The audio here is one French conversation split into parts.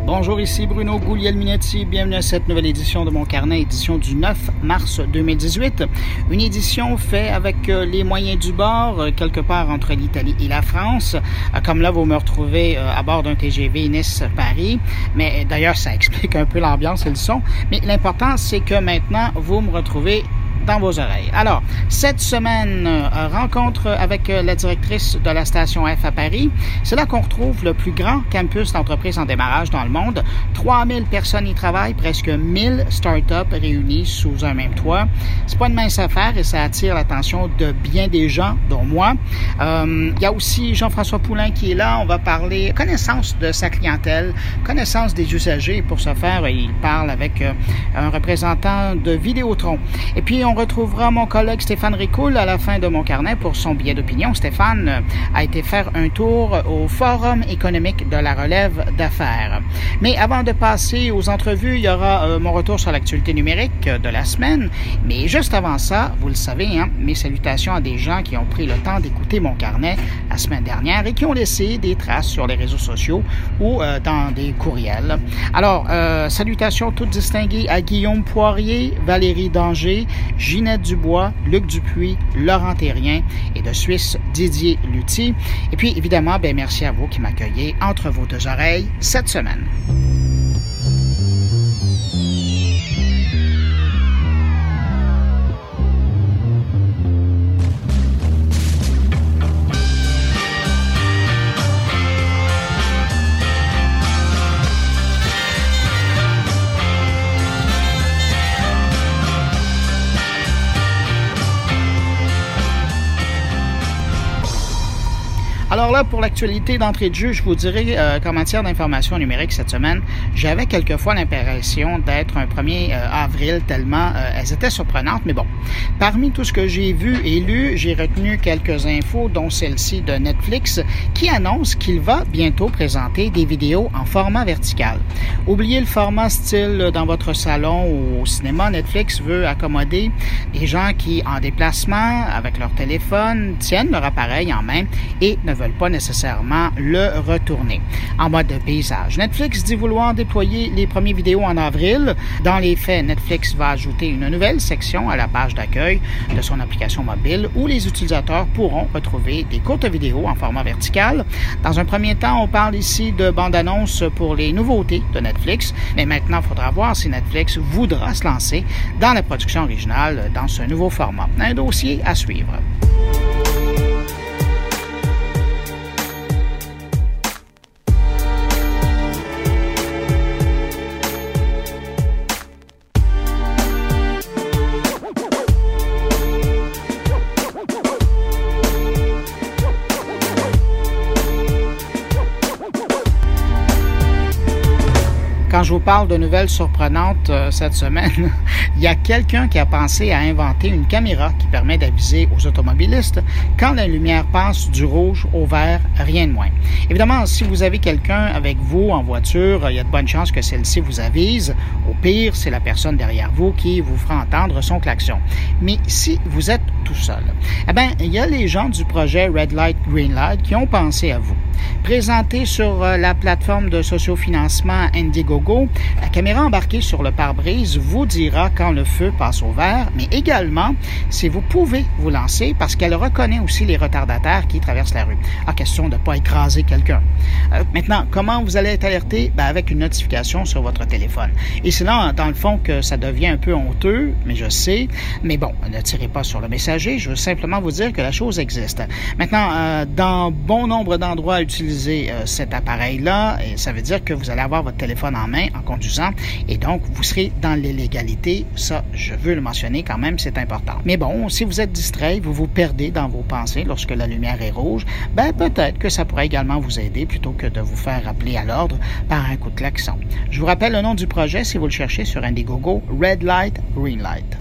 Bonjour, ici Bruno Guglielminetti. Bienvenue à cette nouvelle édition de mon carnet, édition du 9 mars 2018. Une édition faite avec les moyens du bord, quelque part entre l'Italie et la France. Comme là, vous me retrouvez à bord d'un TGV Nice-Paris. Mais d'ailleurs, ça explique un peu l'ambiance et le son. Mais l'important, c'est que maintenant, vous me retrouvez dans vos oreilles. Alors, cette semaine, rencontre avec la directrice de la station F à Paris. C'est là qu'on retrouve le plus grand campus d'entreprise en démarrage dans le monde. 3000 personnes y travaillent, presque 1000 startups réunies sous un même toit. C'est pas une mince affaire et ça attire l'attention de bien des gens, dont moi. Il y a aussi Jean-François Poulain qui est là. On va parler connaissance de sa clientèle, connaissance des usagers. Pour ce faire, il parle avec un représentant de Vidéotron. Et puis, on retrouvera mon collègue Stéphane Ricoul à la fin de mon carnet pour son billet d'opinion. Stéphane a été faire un tour au Forum économique de la relève d'affaires. Mais avant de passer aux entrevues, il y aura mon retour sur l'actualité numérique de la semaine. Mais juste avant ça, vous le savez, mes salutations à des gens qui ont pris le temps d'écouter mon carnet la semaine dernière et qui ont laissé des traces sur les réseaux sociaux ou dans des courriels. Alors, salutations toutes distinguées à Guillaume Poirier, Valérie Danger, Ginette Dubois, Luc Dupuis, Laurent Thérien et de Suisse, Didier Lutti. Et puis, évidemment, merci à vous qui m'accueillez entre vos deux oreilles cette semaine. Alors là, pour l'actualité d'entrée de jeu, je vous dirais qu'en matière d'information numérique cette semaine, j'avais quelquefois l'impression d'être un 1er avril tellement elles étaient surprenantes. Mais bon, parmi tout ce que j'ai vu et lu, j'ai retenu quelques infos, dont celle-ci de Netflix, qui annonce qu'il va bientôt présenter des vidéos en format vertical. Oubliez le format style dans votre salon ou au cinéma. Netflix veut accommoder des gens qui, en déplacement, avec leur téléphone, tiennent leur appareil en main et ne veulent pas nécessairement le retourner en mode paysage. Netflix dit vouloir déployer les premières vidéos en avril. Dans les faits, Netflix va ajouter une nouvelle section à la page d'accueil de son application mobile où les utilisateurs pourront retrouver des courtes vidéos en format vertical. Dans un premier temps, on parle ici de bande-annonce pour les nouveautés de Netflix, mais maintenant, il faudra voir si Netflix voudra se lancer dans la production originale dans ce nouveau format. Un dossier à suivre. Quand je vous parle de nouvelles surprenantes cette semaine, il y a quelqu'un qui a pensé à inventer une caméra qui permet d'aviser aux automobilistes quand la lumière passe du rouge au vert, rien de moins. Évidemment, si vous avez quelqu'un avec vous en voiture, il y a de bonnes chances que celle-ci vous avise. Au pire, c'est la personne derrière vous qui vous fera entendre son klaxon. Mais si vous êtes tout seul, il y a les gens du projet Red Light, Green Light qui ont pensé à vous. Présenté sur la plateforme de sociofinancement Indiegogo, la caméra embarquée sur le pare-brise vous dira quand le feu passe au vert, mais également si vous pouvez vous lancer parce qu'elle reconnaît aussi les retardataires qui traversent la rue. Question de ne pas écraser quelqu'un. Maintenant, comment vous allez être alerté? Avec une notification sur votre téléphone. Et c'est là, dans le fond, que ça devient un peu honteux, mais je sais. Mais bon, ne tirez pas sur le messager, je veux simplement vous dire que la chose existe. Maintenant, dans bon nombre d'endroits, utilisez cet appareil-là, et ça veut dire que vous allez avoir votre téléphone en main en conduisant, et donc vous serez dans l'illégalité. Ça, je veux le mentionner quand même, c'est important. Mais bon, si vous êtes distrait, vous vous perdez dans vos pensées lorsque la lumière est rouge, peut-être que ça pourrait également vous aider plutôt que de vous faire rappeler à l'ordre par un coup de klaxon. Je vous rappelle le nom du projet si vous le cherchez sur Indiegogo, Red Light, Green Light.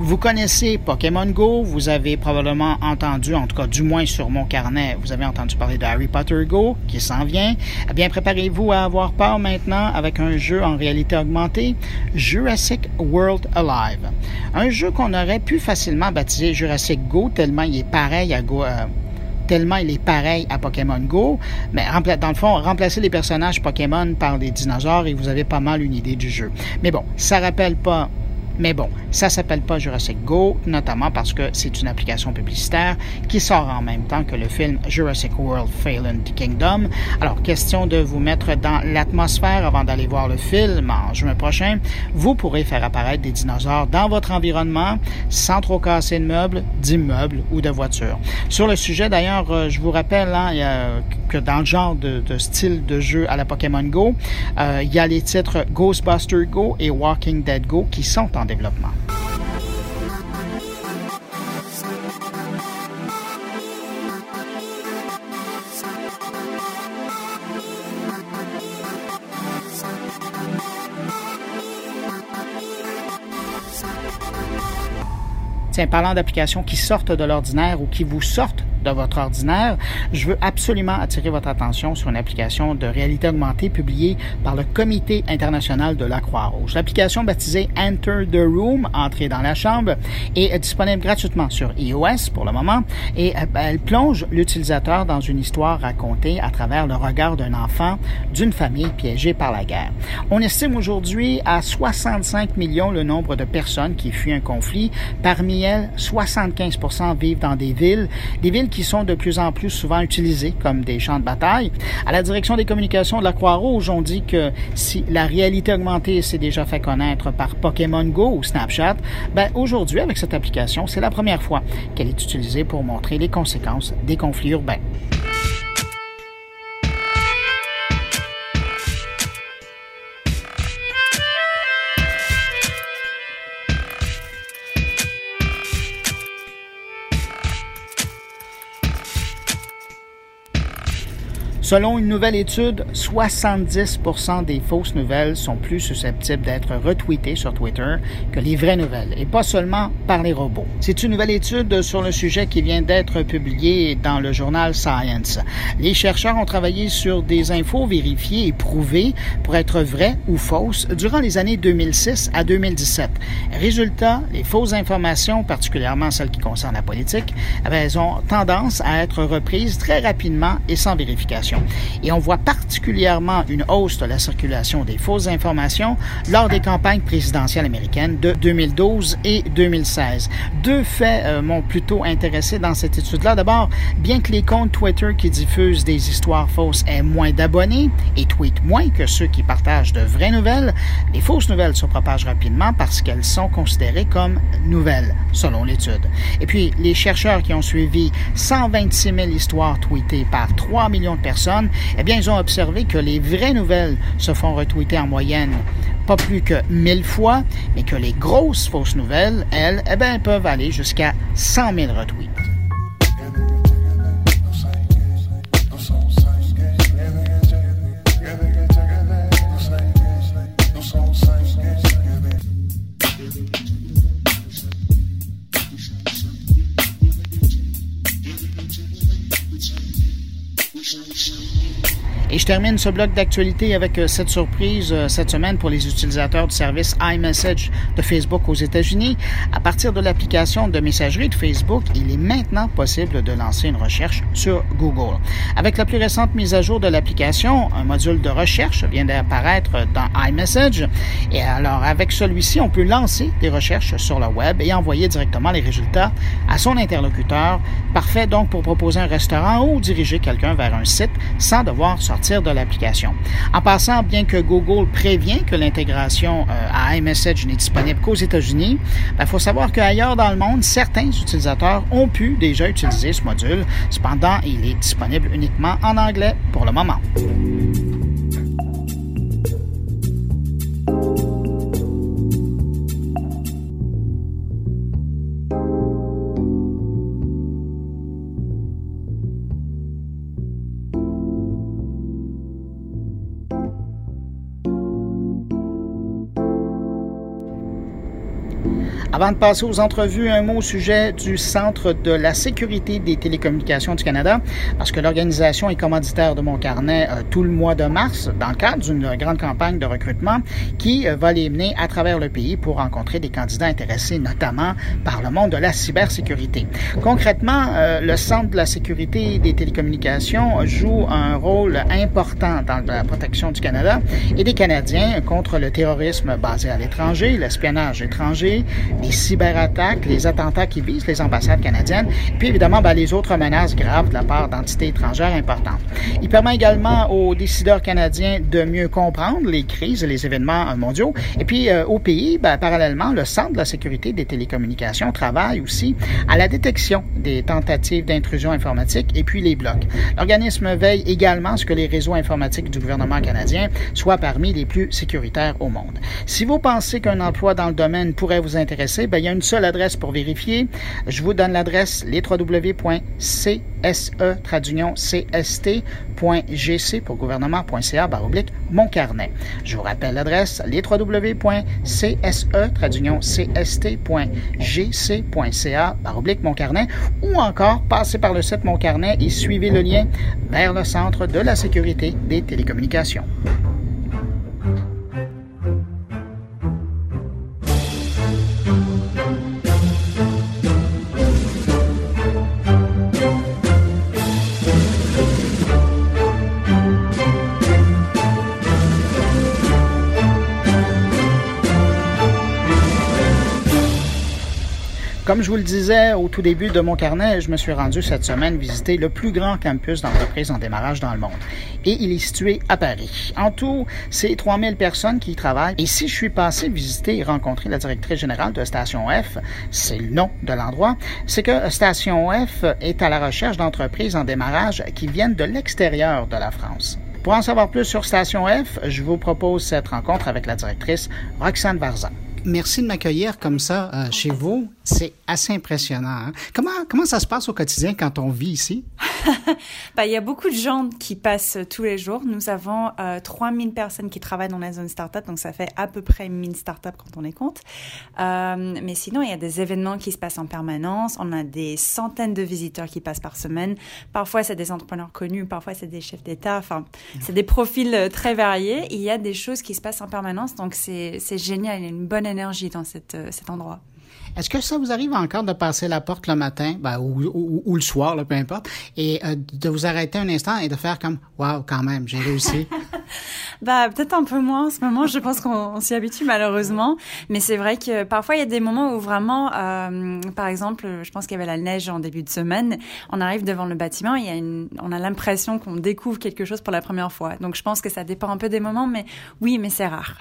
Vous connaissez Pokémon Go, vous avez probablement entendu, en tout cas du moins sur mon carnet, vous avez entendu parler de Harry Potter Go qui s'en vient. Eh bien, préparez-vous à avoir peur maintenant avec un jeu en réalité augmentée, Jurassic World Alive. Un jeu qu'on aurait pu facilement baptiser Jurassic Go tellement il est pareil à Pokémon Go, mais dans le fond, remplacez les personnages Pokémon par des dinosaures et vous avez pas mal une idée du jeu. Mais bon, ça s'appelle pas Jurassic Go, notamment parce que c'est une application publicitaire qui sort en même temps que le film Jurassic World Fallen Kingdom. Alors, question de vous mettre dans l'atmosphère avant d'aller voir le film en juin prochain. Vous pourrez faire apparaître des dinosaures dans votre environnement sans trop casser de meubles, d'immeubles ou de voitures. Sur le sujet, d'ailleurs, je vous rappelle que dans le genre de style de jeu à la Pokémon Go, il y a les titres Ghostbusters Go et Walking Dead Go qui sont en développement. Tiens, parlant d'applications qui sortent de l'ordinaire ou qui vous sortent de votre ordinaire, je veux absolument attirer votre attention sur une application de réalité augmentée publiée par le Comité international de la Croix-Rouge. L'application baptisée Enter the Room, Entrer dans la chambre, est disponible gratuitement sur iOS pour le moment et elle plonge l'utilisateur dans une histoire racontée à travers le regard d'un enfant d'une famille piégée par la guerre. On estime aujourd'hui à 65 millions le nombre de personnes qui fuient un conflit. Parmi elles, 75% vivent dans des villes qui sont de plus en plus souvent utilisés comme des champs de bataille. À la direction des communications de la Croix-Rouge, on dit que si la réalité augmentée s'est déjà fait connaître par Pokémon Go ou Snapchat, aujourd'hui, avec cette application, c'est la première fois qu'elle est utilisée pour montrer les conséquences des conflits urbains. Selon une nouvelle étude, 70% des fausses nouvelles sont plus susceptibles d'être retweetées sur Twitter que les vraies nouvelles, et pas seulement par les robots. C'est une nouvelle étude sur le sujet qui vient d'être publiée dans le journal Science. Les chercheurs ont travaillé sur des infos vérifiées et prouvées pour être vraies ou fausses durant les années 2006 à 2017. Résultat, les fausses informations, particulièrement celles qui concernent la politique, elles ont tendance à être reprises très rapidement et sans vérification. Et on voit particulièrement une hausse de la circulation des fausses informations lors des campagnes présidentielles américaines de 2012 et 2016. Deux faits m'ont plutôt intéressé dans cette étude-là. D'abord, bien que les comptes Twitter qui diffusent des histoires fausses aient moins d'abonnés et tweetent moins que ceux qui partagent de vraies nouvelles, les fausses nouvelles se propagent rapidement parce qu'elles sont considérées comme nouvelles, selon l'étude. Et puis, les chercheurs qui ont suivi 126 000 histoires tweetées par 3 millions de personnes, ils ont observé que les vraies nouvelles se font retweeter en moyenne pas plus que 1000 fois, mais que les grosses fausses nouvelles, elles peuvent aller jusqu'à 100 000 retweets. Et je termine ce bloc d'actualité avec cette surprise cette semaine pour les utilisateurs du service iMessage de Facebook aux États-Unis. À partir de l'application de messagerie de Facebook, il est maintenant possible de lancer une recherche sur Google. Avec la plus récente mise à jour de l'application, un module de recherche vient d'apparaître dans iMessage. Et alors, avec celui-ci, on peut lancer des recherches sur le web et envoyer directement les résultats à son interlocuteur. Parfait donc pour proposer un restaurant ou diriger quelqu'un vers un site sans devoir sortir de l'application. En passant, bien que Google prévient que l'intégration à iMessage n'est disponible qu'aux États-Unis, il faut savoir qu'ailleurs dans le monde, certains utilisateurs ont pu déjà utiliser ce module. Cependant, il est disponible uniquement en anglais pour le moment. Avant de passer aux entrevues, un mot au sujet du Centre de la sécurité des télécommunications du Canada, parce que l'organisation est commanditaire de mon carnet tout le mois de mars, dans le cadre d'une grande campagne de recrutement qui va les mener à travers le pays pour rencontrer des candidats intéressés notamment par le monde de la cybersécurité. Concrètement, le Centre de la sécurité des télécommunications joue un rôle important dans la protection du Canada et des Canadiens contre le terrorisme basé à l'étranger, l'espionnage étranger, les cyberattaques, les attentats qui visent les ambassades canadiennes, puis évidemment les autres menaces graves de la part d'entités étrangères importantes. Il permet également aux décideurs canadiens de mieux comprendre les crises et les événements mondiaux. Et puis au pays, parallèlement, le Centre de la sécurité des télécommunications travaille aussi à la détection des tentatives d'intrusion informatique et puis les blocs. L'organisme veille également à ce que les réseaux informatiques du gouvernement canadien soient parmi les plus sécuritaires au monde. Si vous pensez qu'un emploi dans le domaine pourrait vous intéresser, il y a une seule adresse pour vérifier. Je vous donne l'adresse www.cse-cst.gc pour gouvernement.ca/mon carnet. Je vous rappelle l'adresse www.cse-cst.gc.ca/mon carnet ou encore passez par le site Mon Carnet et suivez le lien vers le Centre de la sécurité des télécommunications. Comme je vous le disais au tout début de mon carnet, je me suis rendu cette semaine visiter le plus grand campus d'entreprise en démarrage dans le monde. Et il est situé à Paris. En tout, c'est 3000 personnes qui y travaillent. Et si je suis passé visiter et rencontrer la directrice générale de Station F, c'est le nom de l'endroit, c'est que Station F est à la recherche d'entreprises en démarrage qui viennent de l'extérieur de la France. Pour en savoir plus sur Station F, je vous propose cette rencontre avec la directrice Roxane Varza. Merci de m'accueillir comme ça chez vous. C'est assez impressionnant. Hein? Comment ça se passe au quotidien quand on vit ici? Il y a beaucoup de gens qui passent tous les jours. Nous avons 3000 personnes qui travaillent dans la zone start-up, donc ça fait à peu près 1000 start-up quand on les compte. Mais sinon, il y a des événements qui se passent en permanence. On a des centaines de visiteurs qui passent par semaine. Parfois, c'est des entrepreneurs connus, parfois, c'est des chefs d'État. Enfin, c'est des profils très variés. Il y a des choses qui se passent en permanence, donc c'est génial. Il y a une bonne énergie dans cet endroit. Est-ce que ça vous arrive encore de passer la porte le matin, ou le soir, peu importe, et de vous arrêter un instant et de faire comme « Wow, quand même, j'ai réussi ». Peut-être un peu moins en ce moment. Je pense qu'on s'y habitue malheureusement. Mais c'est vrai que parfois, il y a des moments où vraiment, par exemple, je pense qu'il y avait la neige en début de semaine. On arrive devant le bâtiment, on a l'impression qu'on découvre quelque chose pour la première fois. Donc, je pense que ça dépend un peu des moments, mais oui, mais c'est rare.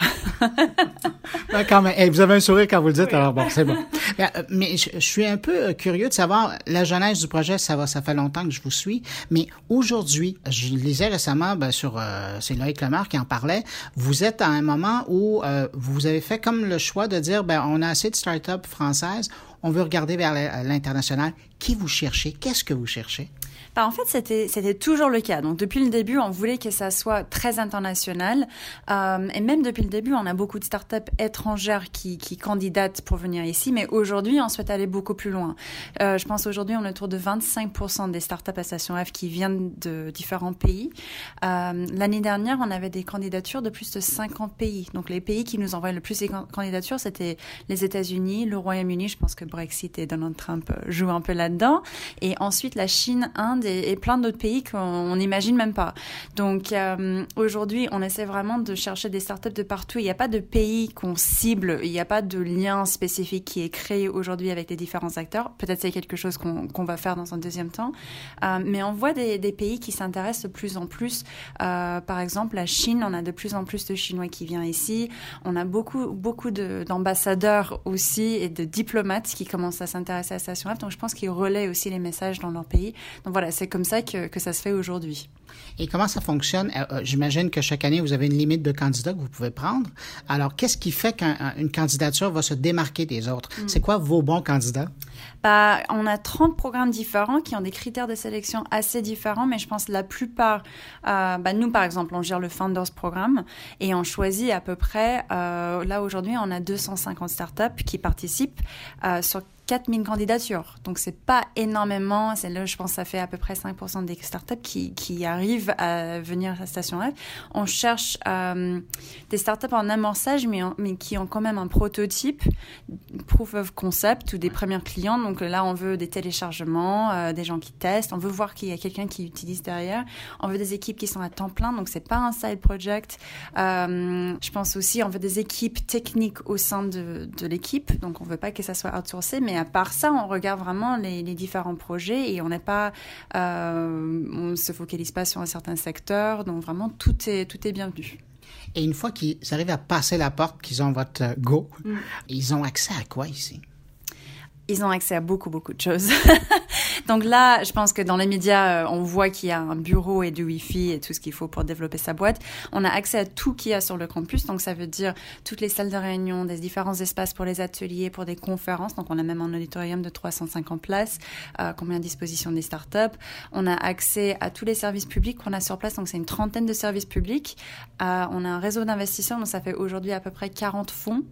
Quand même. Vous avez un sourire quand vous le dites, oui. Alors bon, c'est bon. Mais je suis un peu curieux de savoir, la genèse du projet, ça fait longtemps que je vous suis, mais aujourd'hui, je lisais récemment sur c'est Loïc Lemeur qui en parlait, vous êtes à un moment où vous avez fait comme le choix de dire, on a assez de start-up françaises, on veut regarder vers l'international. Qui vous cherchez? Qu'est-ce que vous cherchez? En fait, c'était toujours le cas. Donc, depuis le début, on voulait que ça soit très international. Et même depuis le début, on a beaucoup de startups étrangères qui candidatent pour venir ici. Mais aujourd'hui, on souhaite aller beaucoup plus loin. Je pense aujourd'hui, on est autour de 25% des startups à Station F qui viennent de différents pays. L'année dernière, on avait des candidatures de plus de 50 pays. Donc, les pays qui nous envoyaient le plus de candidatures, c'était les États-Unis, le Royaume-Uni. Je pense que Brexit et Donald Trump jouent un peu là-dedans. Et ensuite, la Chine, Inde, et plein d'autres pays qu'on n'imagine même pas. Donc, aujourd'hui, on essaie vraiment de chercher des startups de partout. Il n'y a pas de pays qu'on cible. Il n'y a pas de lien spécifique qui est créé aujourd'hui avec les différents acteurs. Peut-être c'est quelque chose qu'on va faire dans un deuxième temps. Mais on voit des pays qui s'intéressent de plus en plus. Par exemple, la Chine, on a de plus en plus de Chinois qui viennent ici. On a beaucoup d'ambassadeurs aussi et de diplomates qui commencent à s'intéresser à Station F. Donc, je pense qu'ils relaient aussi les messages dans leur pays. Donc, voilà, c'est comme ça que ça se fait aujourd'hui. Et comment ça fonctionne? J'imagine que chaque année, vous avez une limite de candidats que vous pouvez prendre. Alors, qu'est-ce qui fait qu'une candidature va se démarquer des autres? C'est quoi vos bons candidats? On a 30 programmes différents qui ont des critères de sélection assez différents, mais je pense que la plupart, nous, par exemple, on gère le Founders Programme et on choisit à peu près, là aujourd'hui, on a 250 startups qui participent sur 4000 candidatures. Donc, c'est pas énormément. C'est là, je pense que ça fait à peu près 5% des startups qui arrivent à venir à la Station F. On cherche des startups en amorçage, mais qui ont quand même un prototype, proof of concept ou des premiers clients. Donc là, on veut des téléchargements, des gens qui testent. On veut voir qu'il y a quelqu'un qui utilise derrière. On veut des équipes qui sont à temps plein. Donc, c'est pas un side project. Je pense aussi, on veut des équipes techniques au sein de l'équipe. Donc, on veut pas que ça soit outsourcé, mais à part ça, on regarde vraiment les différents projets et on n'est pas, on se focalise pas sur un certain secteur. Donc vraiment, tout est bienvenu. Et une fois qu'ils arrivent à passer la porte, qu'ils ont votre go, ils ont accès à quoi ici? Ils ont accès à beaucoup de choses. Donc là, je pense que dans les médias, on voit qu'il y a un bureau et du Wi-Fi et tout ce qu'il faut pour développer sa boîte. On a accès à tout qu'il y a sur le campus. Donc ça veut dire toutes les salles de réunion, des différents espaces pour les ateliers, pour des conférences. Donc on a même un auditorium de 350 places qu'on met à disposition des startups. On a accès à tous les services publics qu'on a sur place. Donc c'est une 30aine de services publics. On a un réseau d'investisseurs. Donc ça fait aujourd'hui à peu près 40 fonds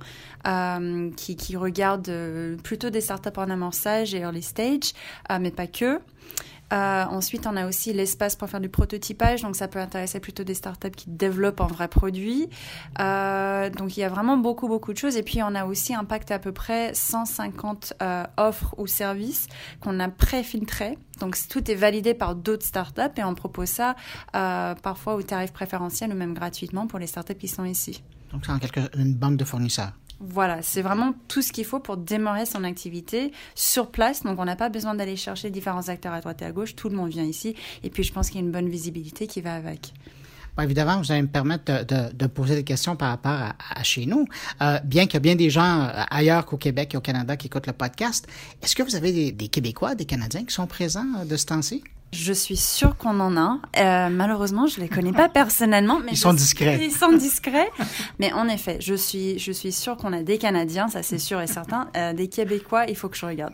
qui regardent plutôt des startups en amorçage et early stage, mais pas que. Ensuite, on a aussi l'espace pour faire du prototypage, donc ça peut intéresser plutôt des startups qui développent un vrai produit. Donc il y a vraiment beaucoup de choses. Et puis on a aussi impacté à peu près 150 offres ou services qu'on a pré-filtrés. Donc tout est validé par d'autres startups et on propose ça parfois au tarif préférentiel ou même gratuitement pour les startups qui sont ici. Donc c'est une banque de fournisseurs. Voilà, c'est vraiment tout ce qu'il faut pour démarrer son activité sur place. Donc, on n'a pas besoin d'aller chercher différents acteurs à droite et à gauche. Tout le monde vient ici. Et puis, je pense qu'il y a une bonne visibilité qui va avec. Bon, évidemment, vous allez me permettre de poser des questions par rapport à chez nous. Bien qu'il y a bien des gens ailleurs qu'au Québec et au Canada qui écoutent le podcast, est-ce que vous avez des Québécois, des Canadiens qui sont présents de ce temps-ci? Je suis sûre qu'on en a. Malheureusement, je les connais pas personnellement. Mais ils sont discrets. Ils sont discrets. Mais en effet, je suis sûre qu'on a des Canadiens, ça c'est sûr et certain. Des Québécois, il faut que je regarde.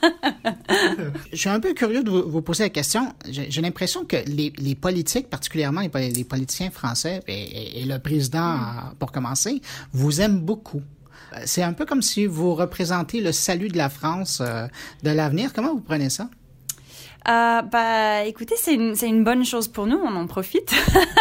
Je suis un peu curieux de vous poser la question. J'ai l'impression que les politiques, particulièrement les politiciens français et le président, pour commencer, vous aiment beaucoup. C'est un peu comme si vous représentez le salut de la France de l'avenir. Comment vous prenez ça? Écoutez, c'est une bonne chose pour nous, on en profite.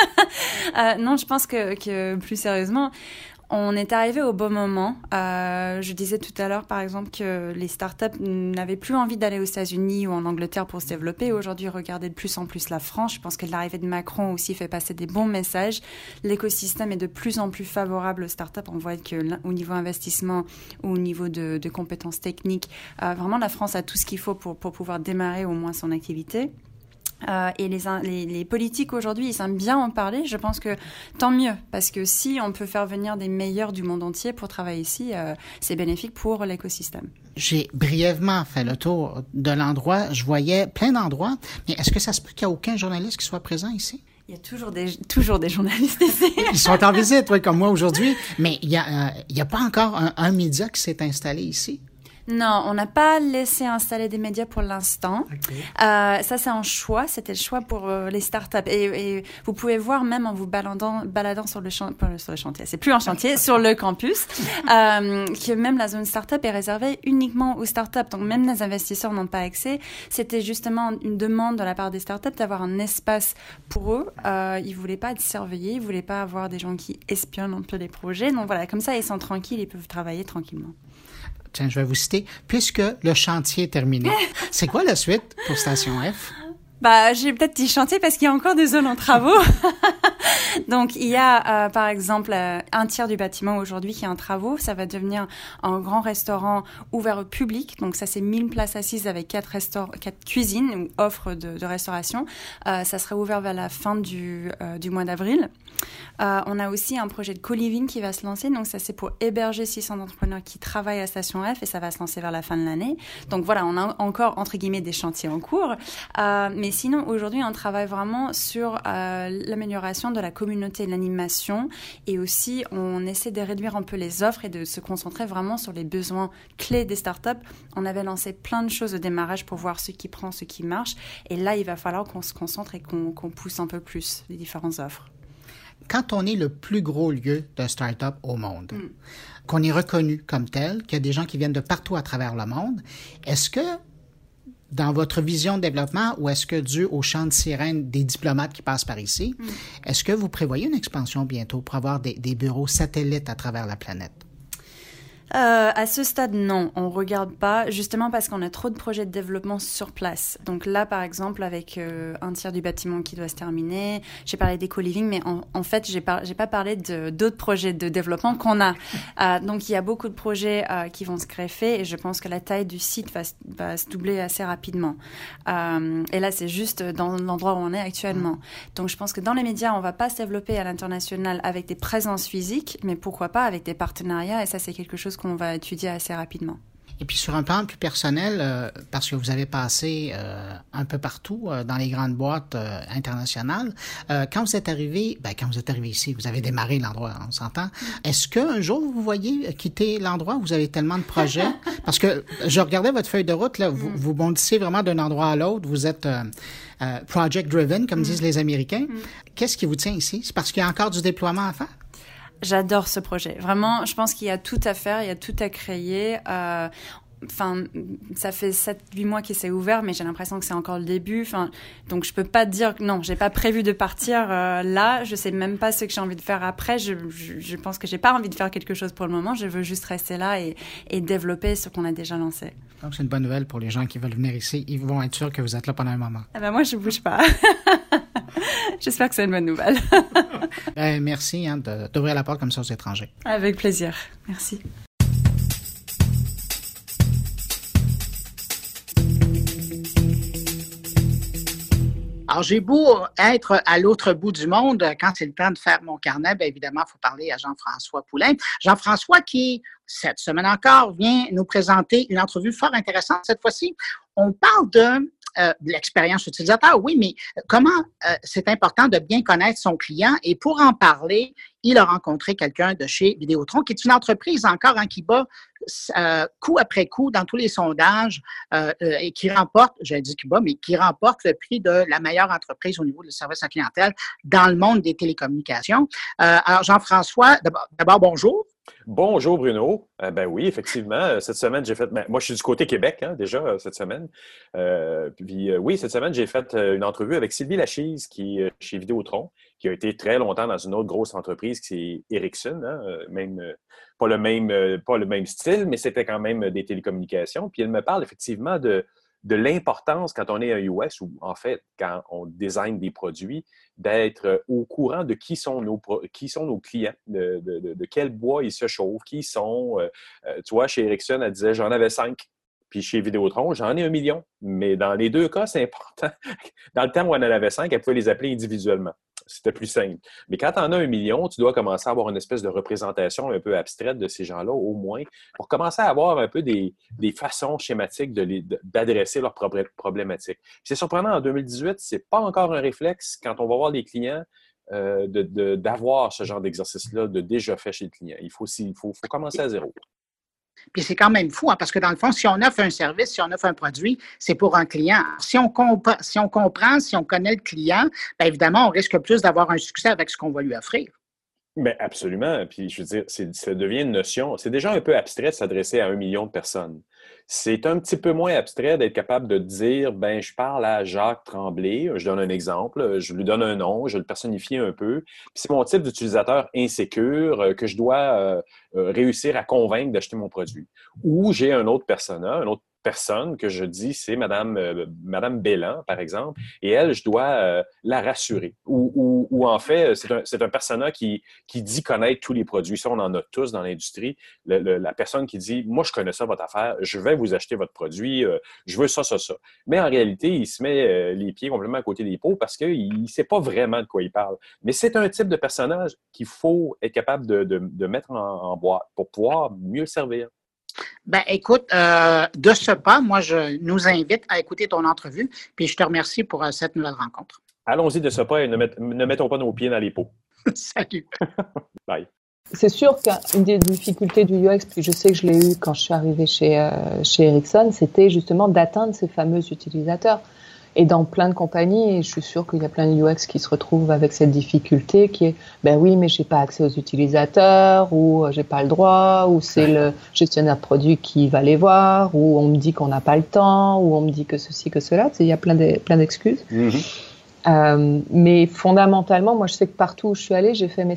Non, je pense que plus sérieusement, on est arrivé au bon moment. Je disais tout à l'heure, par exemple, que les startups n'avaient plus envie d'aller aux États-Unis ou en Angleterre pour se développer. Aujourd'hui, regardez de plus en plus la France. Je pense que l'arrivée de Macron aussi fait passer des bons messages. L'écosystème est de plus en plus favorable aux startups. On voit qu'au niveau investissement ou au niveau de compétences techniques, vraiment, la France a tout ce qu'il faut pour pouvoir démarrer au moins son activité. Et les politiques aujourd'hui, ils aiment bien en parler. Je pense que tant mieux, parce que si on peut faire venir des meilleurs du monde entier pour travailler ici, c'est bénéfique pour l'écosystème. J'ai brièvement fait le tour de l'endroit. Je voyais plein d'endroits, mais est-ce que ça se peut qu'il n'y a aucun journaliste qui soit présent ici? Il y a toujours des journalistes ici. Ils sont en visite, oui, comme moi aujourd'hui, mais il y a pas encore un média qui s'est installé ici? Non, on n'a pas laissé installer des médias pour l'instant. Okay. Ça, c'est un choix. C'était le choix pour les startups. Et vous pouvez voir même en vous baladant sur le chantier. C'est plus un chantier, sur le campus, que même la zone startup est réservée uniquement aux startups. Donc, même les investisseurs n'ont pas accès. C'était justement une demande de la part des startups d'avoir un espace pour eux. Ils voulaient pas être surveillés. Ils voulaient pas avoir des gens qui espionnent un peu les projets. Donc, voilà, comme ça, ils sont tranquilles. Ils peuvent travailler tranquillement. Tiens, je vais vous citer. Puisque le chantier est terminé, c'est quoi la suite pour Station F? J'ai peut-être dit chantier parce qu'il y a encore des zones en travaux. Donc, il y a, par exemple, un tiers du bâtiment aujourd'hui qui est en travaux. Ça va devenir un grand restaurant ouvert au public. Donc, ça, c'est 1000 places assises avec 4 cuisines ou offres de restauration. Ça sera ouvert vers la fin du mois d'avril. On a aussi un projet de co-living qui va se lancer. Donc, ça, c'est pour héberger 600 entrepreneurs qui travaillent à Station F et ça va se lancer vers la fin de l'année. Donc, voilà, on a encore, entre guillemets, des chantiers en cours. Mais Mais sinon, aujourd'hui, on travaille vraiment sur l'amélioration de la communauté de l'animation et aussi on essaie de réduire un peu les offres et de se concentrer vraiment sur les besoins clés des startups. On avait lancé plein de choses au démarrage pour voir ce qui prend, ce qui marche. Et là, il va falloir qu'on se concentre et qu'on pousse un peu plus les différentes offres. Quand on est le plus gros lieu de start-up au monde, qu'on est reconnu comme tel, qu'il y a des gens qui viennent de partout à travers le monde, est-ce que dans votre vision de développement ou est-ce que dû au chant de sirène des diplomates qui passent par ici, est-ce que vous prévoyez une expansion bientôt pour avoir des bureaux satellites à travers la planète? À ce stade, non, on regarde pas, justement parce qu'on a trop de projets de développement sur place. Donc là, par exemple, avec un tiers du bâtiment qui doit se terminer, j'ai parlé d'éco-living, mais en fait, j'ai pas parlé d'autres projets de développement qu'on a. Donc il y a beaucoup de projets qui vont se greffer et je pense que la taille du site va se doubler assez rapidement. Et là, c'est juste dans l'endroit où on est actuellement. Donc je pense que dans les médias, on va pas se développer à l'international avec des présences physiques, mais pourquoi pas avec des partenariats, et ça, c'est quelque chose qu'on va étudier assez rapidement. Et puis sur un plan plus personnel, parce que vous avez passé un peu partout dans les grandes boîtes internationales, quand vous êtes arrivé ici, vous avez démarré l'endroit, on s'entend. Est-ce qu'un jour vous voyez quitter l'endroit où vous avez tellement de projets? Parce que je regardais votre feuille de route, là, vous bondissez vraiment d'un endroit à l'autre, vous êtes project driven, comme disent les Américains. Qu'est-ce qui vous tient ici? C'est parce qu'il y a encore du déploiement à faire? J'adore ce projet. Vraiment, je pense qu'il y a tout à faire, il y a tout à créer. Enfin, ça fait 7-8 mois qu'il s'est ouvert, mais j'ai l'impression que c'est encore le début. Enfin, donc je peux pas dire que non, j'ai pas prévu de partir là. Je sais même pas ce que j'ai envie de faire après. Je pense que j'ai pas envie de faire quelque chose pour le moment. Je veux juste rester là et développer ce qu'on a déjà lancé. Donc c'est une bonne nouvelle pour les gens qui veulent venir ici. Ils vont être sûrs que vous êtes là pendant un moment. Ah ben moi, je bouge pas. J'espère que c'est une bonne nouvelle. Merci d'ouvrir la porte comme ça aux étrangers. Avec plaisir. Merci. Alors, j'ai beau être à l'autre bout du monde, quand c'est le temps de faire mon carnet, bien évidemment, il faut parler à Jean-François Poulain. Jean-François qui, cette semaine encore, vient nous présenter une entrevue fort intéressante. Cette fois-ci, on parle de l'expérience utilisateur, oui, mais comment c'est important de bien connaître son client. Et pour en parler, il a rencontré quelqu'un de chez Vidéotron, qui est une entreprise encore qui bat coup après coup dans tous les sondages et qui remporte, j'allais dire qui bat, mais qui remporte le prix de la meilleure entreprise au niveau du service à clientèle dans le monde des télécommunications. Alors, Jean-François, d'abord, bonjour. Bonjour Bruno. Ben oui, effectivement, cette semaine, j'ai fait... moi, je suis du côté Québec, déjà, cette semaine. Oui, cette semaine, j'ai fait une entrevue avec Sylvie Lachise, qui est chez Vidéotron, qui a été très longtemps dans une autre grosse entreprise, qui est Ericsson, même pas le même style, mais c'était quand même des télécommunications. Puis elle me parle effectivement de l'importance, quand on est un US, ou en fait, quand on design des produits, d'être au courant de qui sont nos clients, de quel bois ils se chauffent, qui sont... tu vois, chez Ericsson, elle disait, j'en avais 5. Puis chez Vidéotron, j'en ai 1 million. Mais dans les deux cas, c'est important. Dans le temps où elle en avait 5, elle pouvait les appeler individuellement. C'était plus simple. Mais quand tu en as 1 million, tu dois commencer à avoir une espèce de représentation un peu abstraite de ces gens-là, au moins, pour commencer à avoir un peu des façons schématiques d'adresser leurs problématiques. C'est surprenant, en 2018, c'est pas encore un réflexe quand on va voir les clients d'avoir ce genre d'exercice-là de déjà fait chez le client. Il faut commencer à zéro. Puis c'est quand même fou, parce que dans le fond, si on offre un service, si on offre un produit, c'est pour un client. Si on comprend, si on connaît le client, bien évidemment, on risque plus d'avoir un succès avec ce qu'on va lui offrir. Bien, absolument. Puis, je veux dire, ça devient une notion. C'est déjà un peu abstrait de s'adresser à 1 million de personnes. C'est un petit peu moins abstrait d'être capable de dire, ben, je parle à Jacques Tremblay, je donne un exemple, je lui donne un nom, je le personnifie un peu. Puis c'est mon type d'utilisateur insécure que je dois réussir à convaincre d'acheter mon produit. Ou j'ai un autre persona, un autre personne que je dis, c'est Madame Bélan, par exemple, et elle, je dois la rassurer. Ou en fait, c'est un persona qui dit connaître tous les produits. Ça, on en a tous dans l'industrie. La personne qui dit, moi, je connais ça, votre affaire, je vais vous acheter votre produit, je veux ça, ça, ça. Mais en réalité, il se met les pieds complètement à côté des pots parce qu'il ne sait pas vraiment de quoi il parle. Mais c'est un type de personnage qu'il faut être capable de mettre en boîte pour pouvoir mieux le servir. Ben, écoute, de ce pas, moi, je nous invite à écouter ton entrevue, puis je te remercie pour cette nouvelle rencontre. Allons-y de ce pas et ne mettons pas nos pieds dans les pots. Salut. Bye. C'est sûr qu'une des difficultés du UX, puis je sais que je l'ai eu quand je suis arrivée chez Ericsson, c'était justement d'atteindre ces fameux utilisateurs. Et dans plein de compagnies, je suis sûre qu'il y a plein de UX qui se retrouvent avec cette difficulté qui est, ben oui, mais j'ai pas accès aux utilisateurs, ou j'ai pas le droit, ou c'est le gestionnaire de produit qui va les voir, ou on me dit qu'on n'a pas le temps, ou on me dit que ceci, que cela. Il y a plein d'excuses. Mm-hmm. Mais fondamentalement, moi, je sais que partout où je suis allée, j'ai fait, mais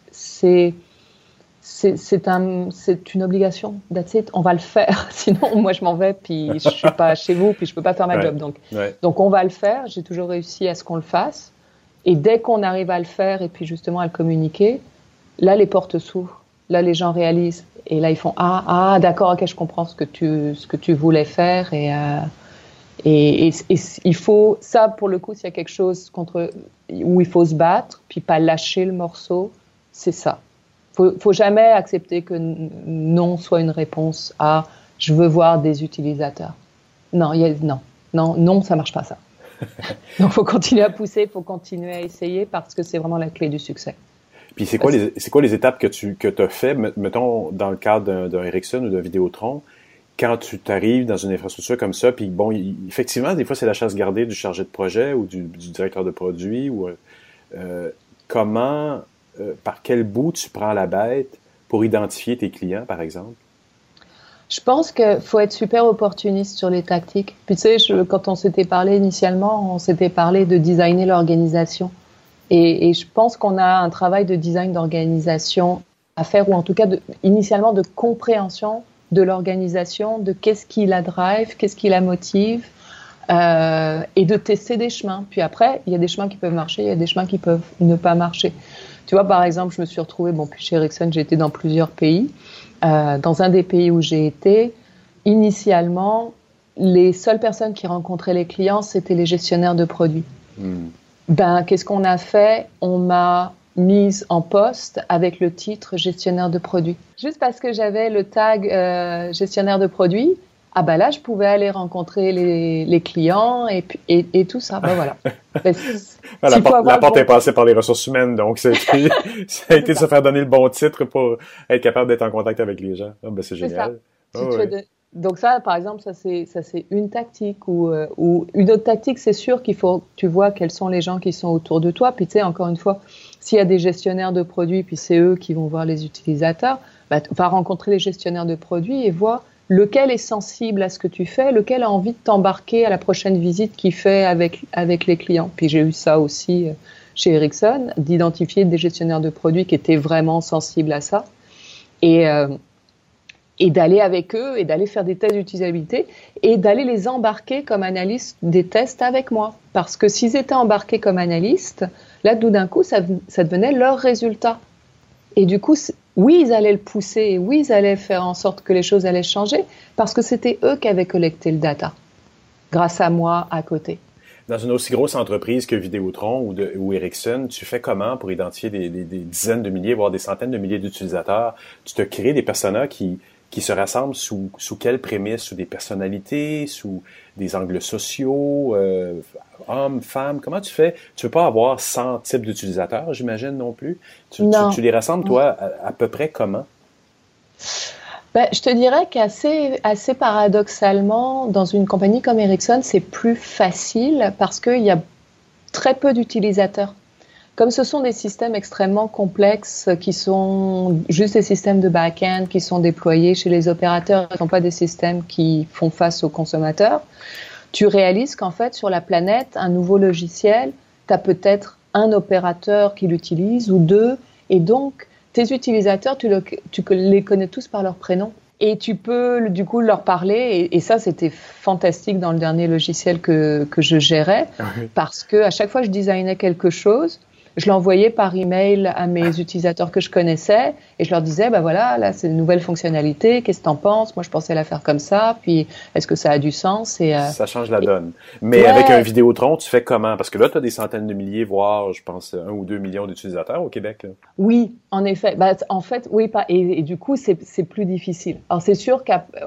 c'est une obligation. That's it. On va le faire. Sinon, moi, je m'en vais, puis je suis pas chez vous, puis je peux pas faire ma job. Donc, on va le faire. J'ai toujours réussi à ce qu'on le fasse. Et dès qu'on arrive à le faire, et puis justement à le communiquer, là, les portes s'ouvrent. Là, les gens réalisent. Et là, ils font d'accord, ok, je comprends ce que tu voulais faire. Et il faut ça, pour le coup, s'il y a quelque chose où il faut se battre, puis pas lâcher le morceau, c'est ça. Faut jamais accepter que non soit une réponse à je veux voir des utilisateurs. Non, ça marche pas ça. Donc faut continuer à pousser, faut continuer à essayer parce que c'est vraiment la clé du succès. Puis c'est quoi les étapes que tu as fait, mettons dans le cadre d'un Ericsson ou d'un Vidéotron, quand tu t'arrives dans une infrastructure comme ça, puis bon, effectivement, des fois c'est la chasse gardée du chargé de projet ou du directeur de produit ou comment par quel bout tu prends la bête pour identifier tes clients, par exemple? Je pense qu'il faut être super opportuniste sur les tactiques. Puis tu sais, quand on s'était parlé initialement, on s'était parlé de designer l'organisation. Et je pense qu'on a un travail de design d'organisation à faire, ou en tout cas initialement de compréhension de l'organisation, de qu'est-ce qui la drive, qu'est-ce qui la motive, et de tester des chemins. Puis après, il y a des chemins qui peuvent marcher, il y a des chemins qui peuvent ne pas marcher. Tu vois, par exemple, je me suis retrouvée, puis chez Ericsson, j'ai été dans plusieurs pays. Dans un des pays où j'ai été, initialement, les seules personnes qui rencontraient les clients, c'était les gestionnaires de produits. Qu'est-ce qu'on a fait? On m'a mise en poste avec le titre gestionnaire de produits. Juste parce que j'avais le tag gestionnaire de produits, là, je pouvais aller rencontrer les clients et tout ça. Voilà. La porte est passée par les ressources humaines, donc ça a été de se faire donner le bon titre pour être capable d'être en contact avec les gens. C'est génial. Donc ça, par exemple, ça c'est une tactique. Ou une autre tactique, c'est sûr qu'il faut que tu vois quels sont les gens qui sont autour de toi. Puis tu sais, encore une fois, s'il y a des gestionnaires de produits, puis c'est eux qui vont voir les utilisateurs, va rencontrer les gestionnaires de produits et voir lequel est sensible à ce que tu fais, lequel a envie de t'embarquer à la prochaine visite qu'il fait avec les clients. Puis j'ai eu ça aussi chez Ericsson, d'identifier des gestionnaires de produits qui étaient vraiment sensibles à ça et d'aller avec eux et d'aller faire des tests d'utilisabilité et d'aller les embarquer comme analystes des tests avec moi. Parce que s'ils étaient embarqués comme analystes, là, tout d'un coup, ça devenait leur résultat. Et du coup, oui, ils allaient le pousser, oui, ils allaient faire en sorte que les choses allaient changer, parce que c'était eux qui avaient collecté le data, grâce à moi à côté. Dans une aussi grosse entreprise que Vidéotron ou Ericsson, tu fais comment pour identifier des dizaines de milliers, voire des centaines de milliers d'utilisateurs? Tu te crées des personas qui se rassemblent sous quelles prémices? Sous des personnalités, sous des angles sociaux, hommes, femmes? Comment tu fais? Tu ne veux pas avoir 100 types d'utilisateurs, j'imagine, non plus? Tu les rassembles, toi, à peu près comment? Je te dirais qu'assez paradoxalement, dans une compagnie comme Ericsson, c'est plus facile parce qu'il y a très peu d'utilisateurs. Comme ce sont des systèmes extrêmement complexes qui sont juste des systèmes de back-end qui sont déployés chez les opérateurs, qui ne sont pas des systèmes qui font face aux consommateurs, tu réalises qu'en fait, sur la planète, un nouveau logiciel, tu as peut-être un opérateur qui l'utilise ou deux, et donc tes utilisateurs, tu les connais tous par leur prénom. Et tu peux du coup leur parler, et ça c'était fantastique dans le dernier logiciel que je gérais, parce que à chaque fois que je designais quelque chose, je l'envoyais par email à mes utilisateurs que je connaissais et je leur disais, ben voilà, là, c'est une nouvelle fonctionnalité, qu'est-ce que t'en penses? Moi, je pensais la faire comme ça, puis est-ce que ça a du sens? Ça change la donne. Mais avec un Vidéotron, tu fais comment? Parce que là, tu as des centaines de milliers, voire, je pense, 1 ou 2 millions d'utilisateurs au Québec. Là. Oui, en effet. En fait, oui, et du coup, c'est plus difficile. Alors, c'est sûr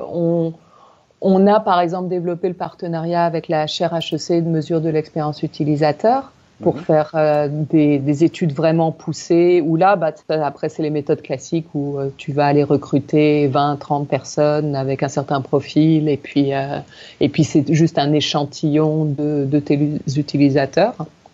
qu'on a, par exemple, développé le partenariat avec la chaire HEC de mesure de l'expérience utilisateur pour faire des études vraiment poussées, où là, après, c'est les méthodes classiques où tu vas aller recruter 20, 30 personnes avec un certain profil, et puis c'est juste un échantillon de tes utilisateurs.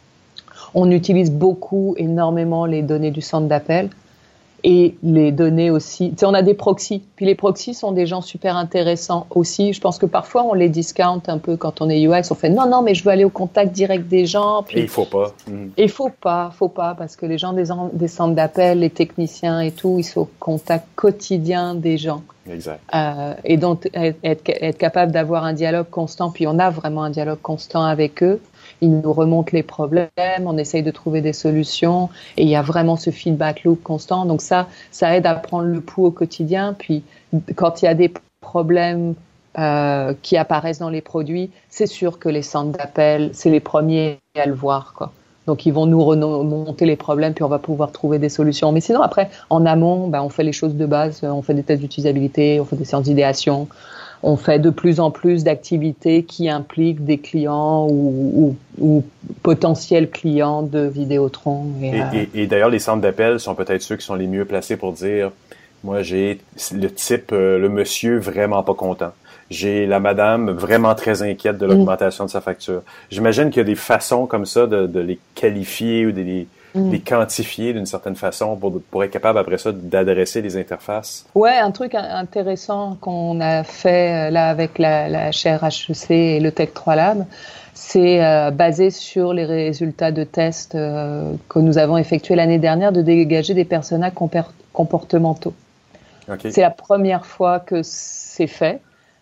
On utilise énormément les données du centre d'appel. Et les données aussi. Tu sais, on a des proxys. Puis les proxys sont des gens super intéressants aussi. Je pense que parfois, on les discount un peu quand on est UX. On fait non, mais je veux aller au contact direct des gens. Puis, et il faut pas. Et il faut pas, parce que les gens des centres d'appel, les techniciens et tout, ils sont au contact quotidien des gens. Exact. Et donc, être capable d'avoir un dialogue constant. Puis on a vraiment un dialogue constant avec eux. Ils nous remontent les problèmes, on essaye de trouver des solutions et il y a vraiment ce feedback loop constant. Donc ça aide à prendre le pouls au quotidien. Puis quand il y a des problèmes qui apparaissent dans les produits, c'est sûr que les centres d'appel, c'est les premiers à le voir, quoi. Donc ils vont nous remonter les problèmes puis on va pouvoir trouver des solutions. Mais sinon après, en amont, on fait les choses de base, on fait des tests d'utilisabilité, on fait des séances d'idéation. On fait de plus en plus d'activités qui impliquent des clients ou potentiels clients de Vidéotron. Et d'ailleurs, les centres d'appel sont peut-être ceux qui sont les mieux placés pour dire, moi, j'ai le type, le monsieur vraiment pas content. J'ai la madame vraiment très inquiète de l'augmentation de sa facture. J'imagine qu'il y a des façons comme ça de les qualifier ou de les quantifier d'une certaine façon pour être capable après ça d'adresser les interfaces. Ouais, un truc intéressant qu'on a fait là avec la chaire HEC et le Tech 3 Lab, c'est basé sur les résultats de tests que nous avons effectués l'année dernière de dégager des personas comportementaux. Okay. C'est la première fois que c'est fait.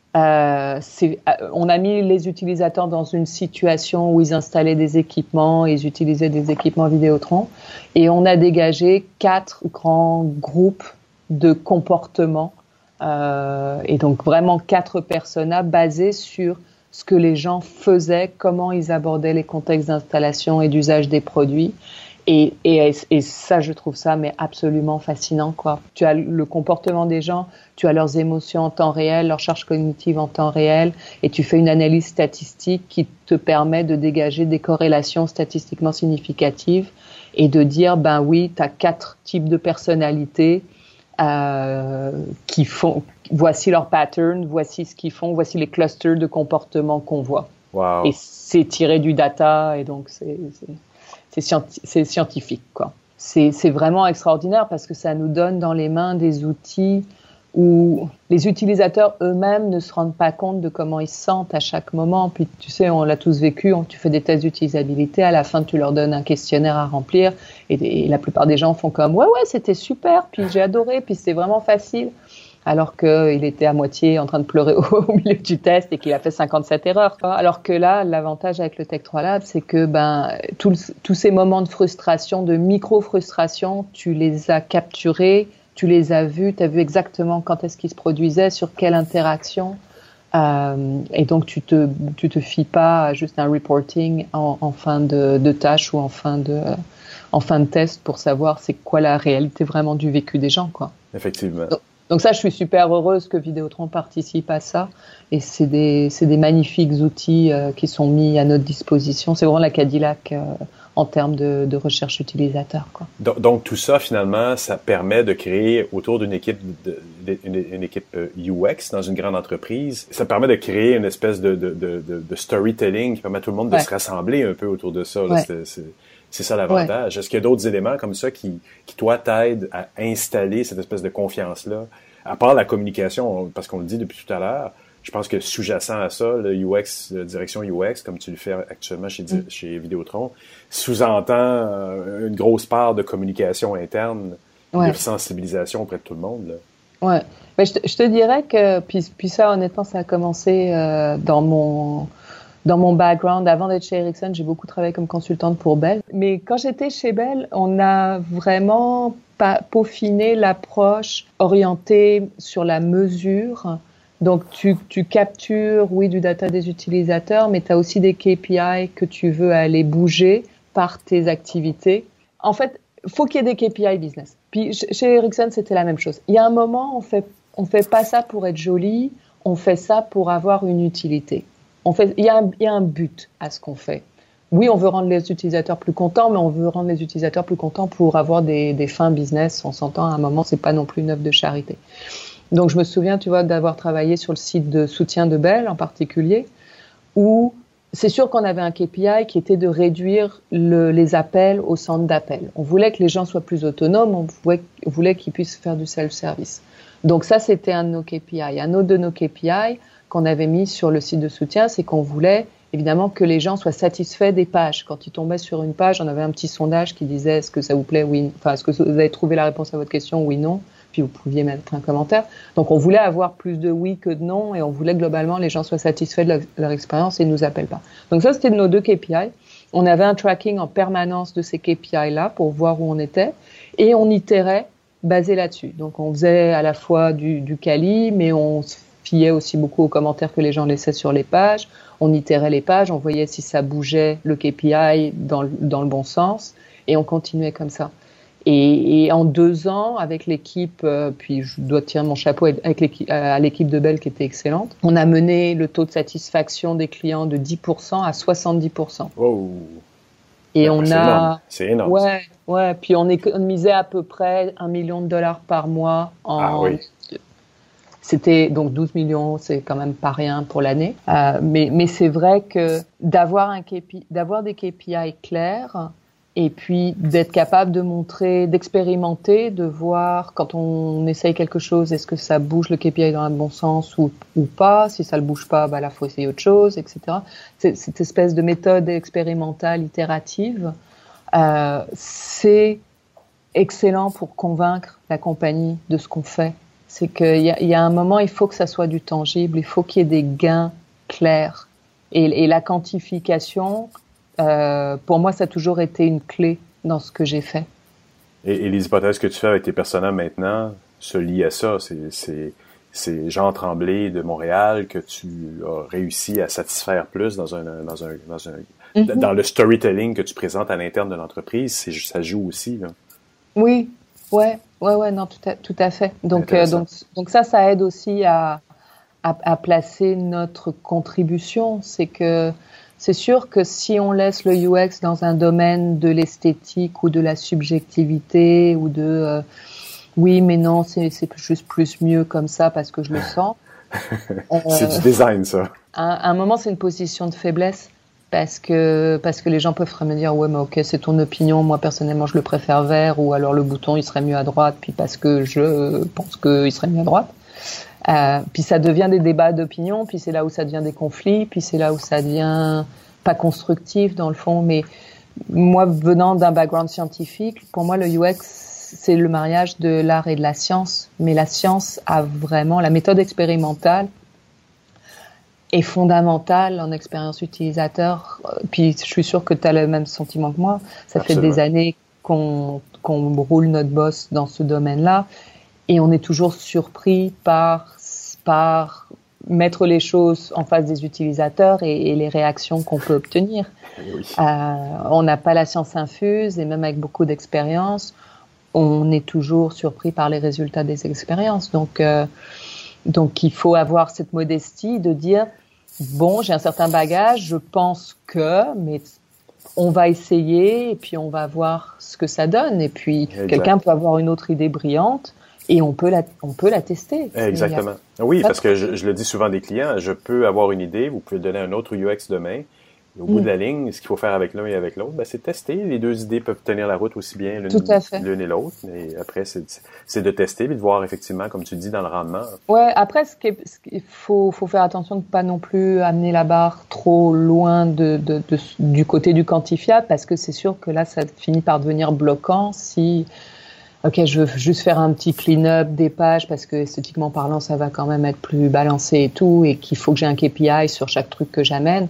On a mis les utilisateurs dans une situation où ils installaient des équipements, ils utilisaient des équipements Vidéotron, et on a dégagé 4 grands groupes de comportements, et donc vraiment 4 personas basés sur ce que les gens faisaient, comment ils abordaient les contextes d'installation et d'usage des produits. Et ça, je trouve ça mais absolument fascinant, quoi. Tu as le comportement des gens, tu as leurs émotions en temps réel, leurs charges cognitives en temps réel, et tu fais une analyse statistique qui te permet de dégager des corrélations statistiquement significatives et de dire, ben oui, tu as 4 types de personnalités qui font, voici leur pattern, voici ce qu'ils font, voici les clusters de comportements qu'on voit. Wow. Et c'est tiré du data, et donc c'est scientifique, quoi. C'est vraiment extraordinaire parce que ça nous donne dans les mains des outils où les utilisateurs eux-mêmes ne se rendent pas compte de comment ils se sentent à chaque moment. Puis tu sais, on l'a tous vécu, tu fais des tests d'utilisabilité, à la fin tu leur donnes un questionnaire à remplir et la plupart des gens font comme « ouais, c'était super, puis j'ai adoré, puis c'était vraiment facile ». Alors qu'il était à moitié en train de pleurer au milieu du test et qu'il a fait 57 erreurs. Alors que là, l'avantage avec le Tech 3 Lab, c'est que tous ces moments de frustration, de micro-frustration, tu les as capturés, tu les as vus, tu as vu exactement quand est-ce qu'ils se produisaient, sur quelle interaction. Et donc, tu te fies pas à juste un reporting en fin de tâche ou en fin de test pour savoir c'est quoi la réalité vraiment du vécu des gens, quoi. Effectivement. Donc ça, je suis super heureuse que Vidéotron participe à ça. Et c'est des magnifiques outils qui sont mis à notre disposition. C'est vraiment la Cadillac en termes de recherche utilisateur, quoi. Donc tout ça, finalement, ça permet de créer autour d'une équipe une équipe UX dans une grande entreprise. Ça permet de créer une espèce de storytelling qui permet à tout le monde de se rassembler un peu autour de ça. Là. C'est ça l'avantage. Est-ce qu'il y a d'autres éléments comme ça qui toi, t'aident à installer cette espèce de confiance-là? À part la communication, parce qu'on le dit depuis tout à l'heure, je pense que sous-jacent à ça, le UX, la direction UX, comme tu le fais actuellement chez Vidéotron, sous-entend une grosse part de communication interne, de sensibilisation auprès de tout le monde, là. Ouais. Mais je te dirais que, puis ça, honnêtement, ça a commencé dans dans mon background, avant d'être chez Ericsson, j'ai beaucoup travaillé comme consultante pour Bell. Mais quand j'étais chez Bell, on a vraiment peaufiné l'approche orientée sur la mesure. Donc, tu captures, oui, du data des utilisateurs, mais tu as aussi des KPI que tu veux aller bouger par tes activités. En fait, faut qu'il y ait des KPI business. Puis, chez Ericsson, c'était la même chose. Il y a un moment, on fait pas ça pour être joli, on fait ça pour avoir une utilité. Il y a un but à ce qu'on fait. Oui, on veut rendre les utilisateurs plus contents, mais on veut rendre les utilisateurs plus contents pour avoir des fins business. On s'entend, à un moment, c'est pas non plus une œuvre de charité. Donc, je me souviens, tu vois, d'avoir travaillé sur le site de soutien de Bell en particulier, où c'est sûr qu'on avait un KPI qui était de réduire les appels au centre d'appel. On voulait que les gens soient plus autonomes, on voulait qu'ils puissent faire du self-service. Donc ça, c'était un de nos KPI. Un autre de nos KPI qu'on avait mis sur le site de soutien, c'est qu'on voulait évidemment que les gens soient satisfaits des pages. Quand ils tombaient sur une page, on avait un petit sondage qui disait est-ce que ça vous plaît, oui, enfin est-ce que vous avez trouvé la réponse à votre question, oui, non. Puis vous pouviez mettre un commentaire. Donc on voulait avoir plus de oui que de non et on voulait globalement les gens soient satisfaits de leur expérience et ne nous appellent pas. Donc ça, c'était nos deux KPI. On avait un tracking en permanence de ces KPI-là pour voir où on était et on itérait basé là-dessus. Donc on faisait à la fois du quali, mais on se fiait aussi beaucoup aux commentaires que les gens laissaient sur les pages. On itérait les pages, on voyait si ça bougeait le KPI dans le bon sens et on continuait comme ça. Et en 2 ans, avec l'équipe, puis je dois tirer mon chapeau à l'équipe de Bell qui était excellente, on a mené le taux de satisfaction des clients de 10% à 70%. Oh. Et c'est énorme. Ouais. Puis on économisait à peu près $1 million par mois C'était donc 12 millions, c'est quand même pas rien pour l'année. Mais c'est vrai que d'avoir des KPI clairs, et puis d'être capable de montrer, d'expérimenter, de voir quand on essaye quelque chose, est-ce que ça bouge le KPI dans le bon sens ou pas. Si ça le bouge pas, là faut essayer autre chose, etc. Cette espèce de méthode expérimentale, itérative, c'est excellent pour convaincre la compagnie de ce qu'on fait. C'est qu'il y a un moment, il faut que ça soit du tangible, il faut qu'il y ait des gains clairs. Et la quantification, pour moi, ça a toujours été une clé dans ce que j'ai fait. Et les hypothèses que tu fais avec tes personnages maintenant se lient à ça. C'est Jean Tremblay de Montréal que tu as réussi à satisfaire plus dans dans le storytelling que tu présentes à l'interne de l'entreprise. Ça joue aussi, là. Oui, ouais, non, tout à fait. Donc ça aide aussi à placer notre contribution. C'est sûr que si on laisse le UX dans un domaine de l'esthétique ou de la subjectivité ou de oui mais non c'est juste plus mieux comme ça parce que je le sens. C'est du design ça. À un moment c'est une position de faiblesse parce que les gens peuvent me dire ouais mais ok c'est ton opinion, moi personnellement je le préfère vert ou alors le bouton il serait mieux à droite puis parce que je pense qu'il serait mieux à droite. Puis ça devient des débats d'opinion, puis c'est là où ça devient des conflits, puis c'est là où ça devient pas constructif dans le fond. Mais moi, venant d'un background scientifique, pour moi le UX c'est le mariage de l'art et de la science. Mais la science a vraiment la méthode expérimentale est fondamentale en expérience utilisateur. Puis je suis sûre que tu as le même sentiment que moi. Ça Absolument. Fait des années qu'on roule notre bosse dans ce domaine-là. Et on est toujours surpris par mettre les choses en face des utilisateurs et les réactions qu'on peut obtenir. Oui. On n'a pas la science infuse et même avec beaucoup d'expérience, on est toujours surpris par les résultats des expériences. Donc il faut avoir cette modestie de dire bon, j'ai un certain bagage, je pense que, mais on va essayer et puis on va voir ce que ça donne. Et puis quelqu'un peut avoir une autre idée brillante. Et on peut la tester. Exactement. Oui, parce que je le dis souvent à des clients, je peux avoir une idée, vous pouvez donner un autre UX demain. Et au bout de la ligne, ce qu'il faut faire avec l'un et avec l'autre, c'est tester. Les deux idées peuvent tenir la route aussi bien l'une et l'autre. Mais après, c'est de tester et de voir effectivement, comme tu dis, dans le rendement. Ouais, après, il faut faire attention de ne pas non plus amener la barre trop loin du côté du quantifiable, parce que c'est sûr que là, ça finit par devenir bloquant si... Ok, je veux juste faire un petit clean-up des pages parce que esthétiquement parlant, ça va quand même être plus balancé et tout, et qu'il faut que j'ai un KPI sur chaque truc que j'amène.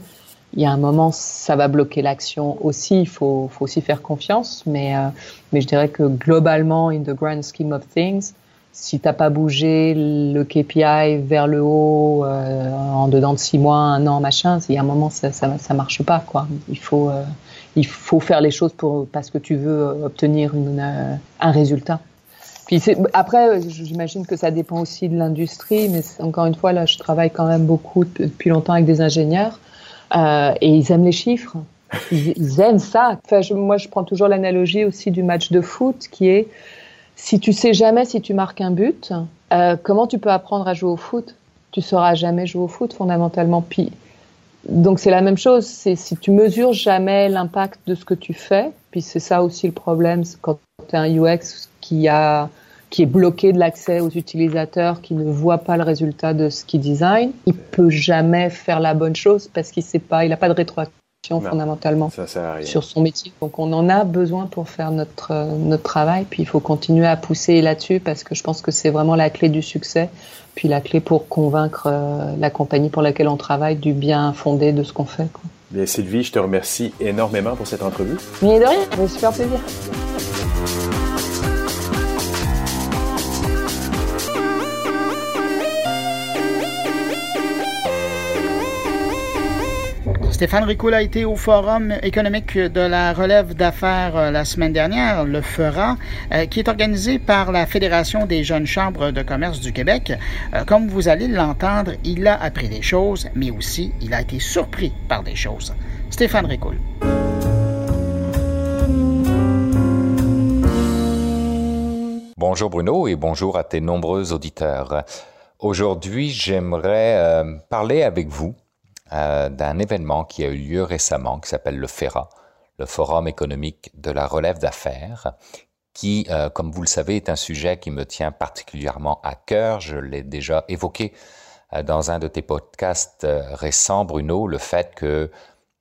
il y a un moment, ça va bloquer l'action aussi. Il faut aussi faire confiance. Mais je dirais que globalement, in the grand scheme of things, si t'as pas bougé le KPI vers le haut en dedans de 6 mois, 1 an, machin, il y a un moment, ça marche pas, quoi. Il faut faire les choses parce que tu veux obtenir un résultat. Puis après, j'imagine que ça dépend aussi de l'industrie, mais encore une fois, là, je travaille quand même beaucoup depuis longtemps avec des ingénieurs et ils aiment les chiffres. Ils aiment ça. Enfin, moi, je prends toujours l'analogie aussi du match de foot qui est si tu sais jamais si tu marques un but, comment tu peux apprendre à jouer au foot? Tu sauras jamais jouer au foot fondamentalement. Puis, donc c'est la même chose. C'est si tu mesures jamais l'impact de ce que tu fais. Puis c'est ça aussi le problème quand tu as un UX qui est bloqué de l'accès aux utilisateurs, qui ne voit pas le résultat de ce qu'il design. Il peut jamais faire la bonne chose parce qu'il sait pas, il a pas de rétroaction fondamentalement sur son métier. Donc on en a besoin pour faire notre travail, puis il faut continuer à pousser là-dessus parce que je pense que c'est vraiment la clé du succès, puis la clé pour convaincre la compagnie pour laquelle on travaille du bien fondé de ce qu'on fait, quoi. Bien, Sylvie, je te remercie énormément pour cette entrevue. Mais de rien, ça fait super plaisir. Stéphane Ricoul a été au Forum économique de la relève d'affaires la semaine dernière, le FERA, qui est organisé par la Fédération des jeunes chambres de commerce du Québec. Comme vous allez l'entendre, il a appris des choses, mais aussi il a été surpris par des choses. Stéphane Ricoul. Bonjour Bruno et bonjour à tes nombreux auditeurs. Aujourd'hui, j'aimerais parler avec vous d'un événement qui a eu lieu récemment, qui s'appelle le FERA, le Forum économique de la relève d'affaires, qui, comme vous le savez, est un sujet qui me tient particulièrement à cœur. Je l'ai déjà évoqué dans un de tes podcasts récents, Bruno, le fait que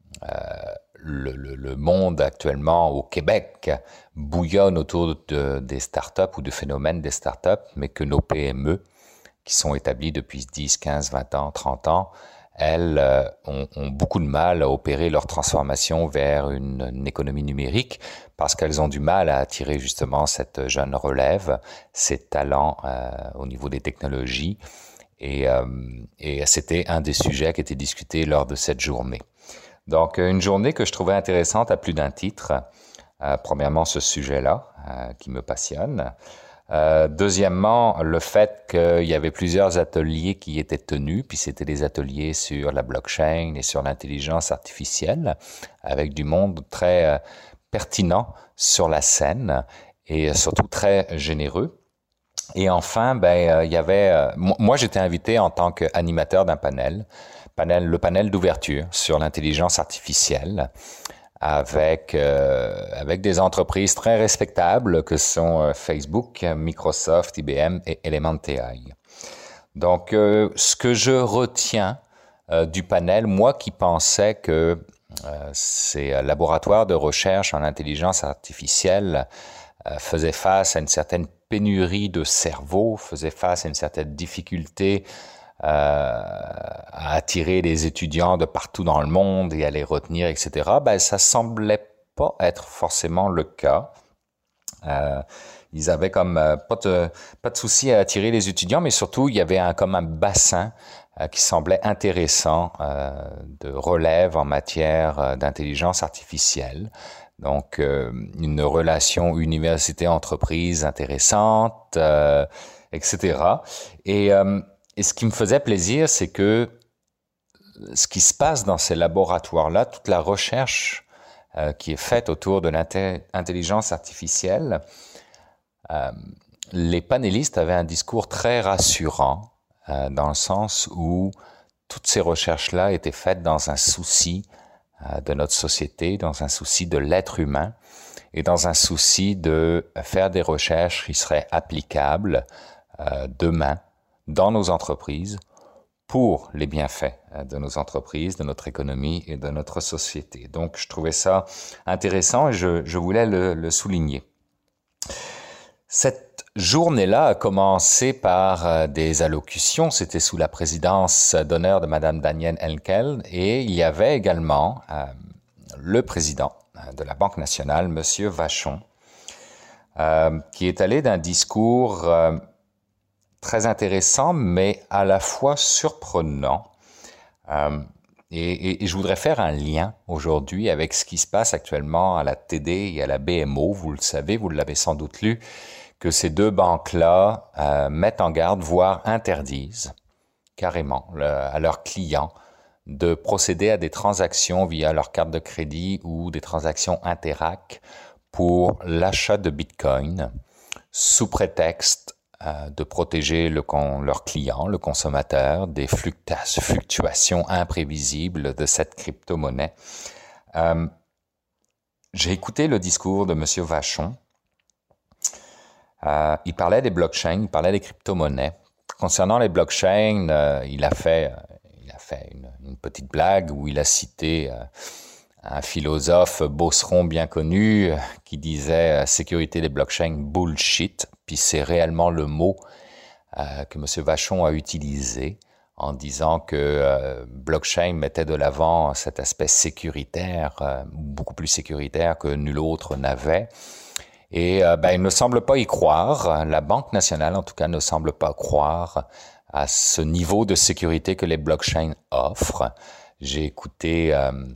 le monde actuellement au Québec bouillonne autour des startups ou du phénomène des startups, mais que nos PME, qui sont établies depuis 10, 15, 20 ans, 30 ans, elles ont beaucoup de mal à opérer leur transformation vers une économie numérique parce qu'elles ont du mal à attirer justement cette jeune relève, ces talents au niveau des technologies. Et c'était un des sujets qui était discuté lors de cette journée. Donc, une journée que je trouvais intéressante à plus d'un titre. Premièrement, ce sujet-là qui me passionne. Deuxièmement, le fait qu'il y avait plusieurs ateliers qui étaient tenus, puis c'était des ateliers sur la blockchain et sur l'intelligence artificielle, avec du monde très pertinent sur la scène et surtout très généreux. Et enfin, il y avait, moi j'étais invité en tant qu'animateur d'un le panel d'ouverture sur l'intelligence artificielle, avec des entreprises très respectables que sont Facebook, Microsoft, IBM et Elementai. Donc, ce que je retiens du panel, moi qui pensais que ces laboratoires de recherche en intelligence artificielle faisaient face à une certaine pénurie de cerveau, faisaient face à une certaine difficulté à attirer les étudiants de partout dans le monde et à les retenir, etc., ça semblait pas être forcément le cas. Ils avaient comme pas de souci à attirer les étudiants, mais surtout il y avait comme un bassin qui semblait intéressant de relève en matière d'intelligence artificielle. Donc une relation université-entreprise intéressante, etc. Et ce qui me faisait plaisir, c'est que ce qui se passe dans ces laboratoires-là, toute la recherche qui est faite autour de l'intelligence artificielle, les panélistes avaient un discours très rassurant dans le sens où toutes ces recherches-là étaient faites dans un souci de notre société, dans un souci de l'être humain et dans un souci de faire des recherches qui seraient applicables demain dans nos entreprises, pour les bienfaits de nos entreprises, de notre économie et de notre société. Donc, je trouvais ça intéressant et je voulais le souligner. Cette journée-là a commencé par des allocutions. C'était sous la présidence d'honneur de Madame Danielle Henkel, et il y avait également le président de la Banque nationale, Monsieur Vachon, qui est allé d'un discours très intéressant, mais à la fois surprenant. Et je voudrais faire un lien aujourd'hui avec ce qui se passe actuellement à la TD et à la BMO. Vous le savez, vous l'avez sans doute lu, que ces deux banques-là mettent en garde, voire interdisent carrément à leurs clients de procéder à des transactions via leur carte de crédit ou des transactions Interac pour l'achat de Bitcoin, sous prétexte de protéger leurs clients, le consommateur, des fluctuations imprévisibles de cette crypto-monnaie. J'ai écouté le discours de M. Vachon. Il parlait des blockchains, il parlait des crypto-monnaies. Concernant les blockchains, il a fait une petite blague où il a cité un philosophe beauceron bien connu qui disait « sécurité des blockchains, bullshit ». Puis c'est réellement le mot que M. Vachon a utilisé en disant que blockchain mettait de l'avant cet aspect sécuritaire, beaucoup plus sécuritaire que nul autre n'avait. Et il ne semble pas y croire. La Banque nationale, en tout cas, ne semble pas croire à ce niveau de sécurité que les blockchains offrent. J'ai écouté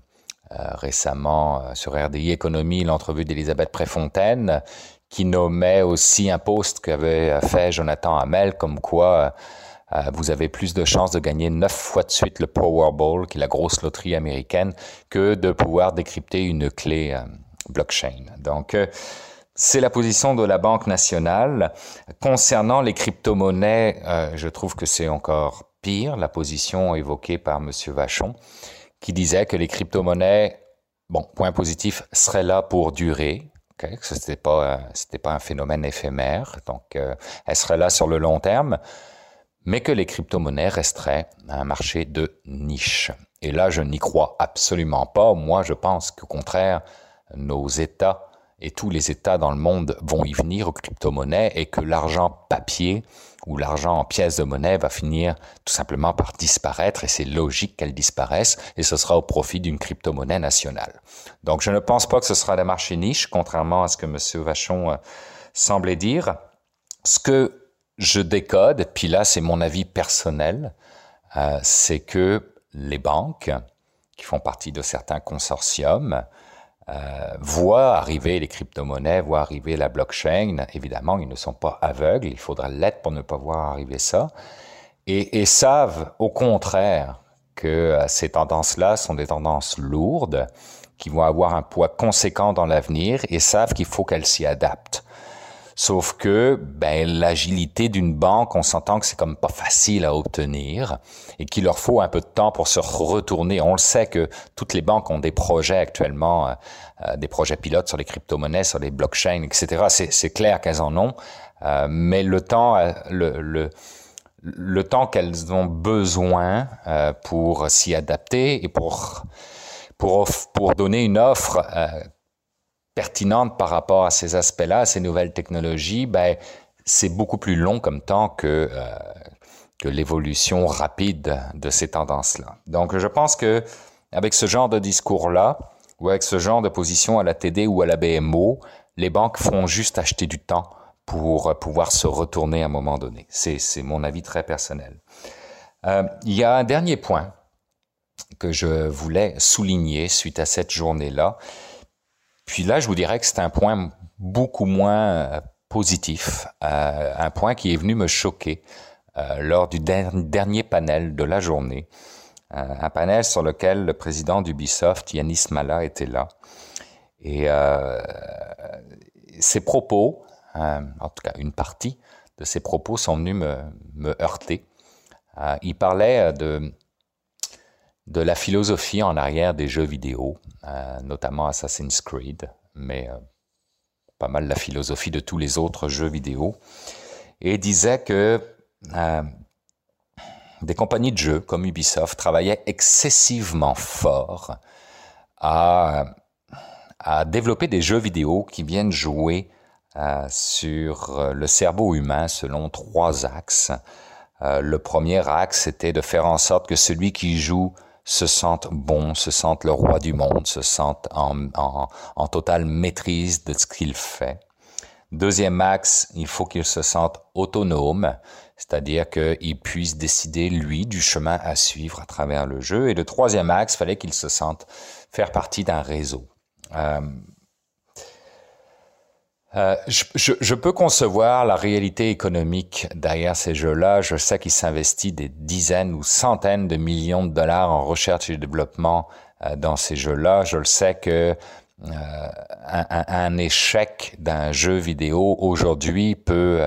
récemment sur RDI Économie l'entrevue d'Elisabeth Préfontaine qui nommait aussi un post qu'avait fait Jonathan Hamel comme quoi vous avez plus de chances de gagner 9 fois de suite le Powerball, qui est la grosse loterie américaine, que de pouvoir décrypter une clé blockchain. Donc, c'est la position de la Banque nationale. Concernant les crypto-monnaies, je trouve que c'est encore pire, la position évoquée par M. Vachon, qui disait que les crypto-monnaies, point positif, seraient là pour durer, okay, que c'était pas un phénomène éphémère, donc elles seraient là sur le long terme, mais que les crypto-monnaies resteraient un marché de niche. Et là, je n'y crois absolument pas. Moi, je pense qu'au contraire, nos États et tous les États dans le monde vont y venir aux crypto-monnaies et que l'argent papier ou l'argent en pièces de monnaie va finir tout simplement par disparaître, et c'est logique qu'elle disparaisse, et ce sera au profit d'une crypto-monnaie nationale. Donc je ne pense pas que ce sera des marchés niches, contrairement à ce que M. Vachon semblait dire. Ce que je décode, puis là c'est mon avis personnel, c'est que les banques qui font partie de certains consortiums voient arriver les crypto-monnaies, voient arriver la blockchain. Évidemment, ils ne sont pas aveugles, il faudra l'être pour ne pas voir arriver ça, et savent au contraire que ces tendances-là sont des tendances lourdes, qui vont avoir un poids conséquent dans l'avenir, et savent qu'il faut qu'elles s'y adaptent. Sauf que l'agilité d'une banque, on s'entend que c'est comme pas facile à obtenir et qu'il leur faut un peu de temps pour se retourner. On le sait que toutes les banques ont des projets actuellement, des projets pilotes sur les crypto-monnaies, sur les blockchains, etc. C'est clair qu'elles en ont, mais le temps qu'elles ont besoin pour s'y adapter et pour donner une offre pertinente par rapport à ces aspects-là, à ces nouvelles technologies, c'est beaucoup plus long comme temps que l'évolution rapide de ces tendances-là. Donc, je pense que avec ce genre de discours-là, ou avec ce genre de position à la TD ou à la BMO, les banques feront juste acheter du temps pour pouvoir se retourner à un moment donné. C'est mon avis très personnel. Il y a un dernier point que je voulais souligner suite à cette journée-là. Puis là, je vous dirais que c'est un point beaucoup moins positif, un point qui est venu me choquer lors du dernier panel de la journée, un panel sur lequel le président d'Ubisoft, Yanis Malla, était là. Et ses propos, en tout cas une partie de ses propos, sont venus me heurter. Il parlait de la philosophie en arrière des jeux vidéo, notamment Assassin's Creed, mais pas mal la philosophie de tous les autres jeux vidéo, et disait que des compagnies de jeux comme Ubisoft travaillaient excessivement fort à développer des jeux vidéo qui viennent jouer sur le cerveau humain selon 3 axes. Le premier axe était de faire en sorte que celui qui joue se sente bon, se sente le roi du monde, se sente en totale maîtrise de ce qu'il fait. Deuxième axe, il faut qu'il se sente autonome, c'est-à-dire qu'il puisse décider, lui, du chemin à suivre à travers le jeu. Et le troisième axe, il fallait qu'il se sente faire partie d'un réseau. Je peux concevoir la réalité économique derrière ces jeux-là. Je sais qu'il s'investit des dizaines ou centaines de millions de dollars en recherche et développement dans ces jeux-là. Je le sais que un échec d'un jeu vidéo aujourd'hui peut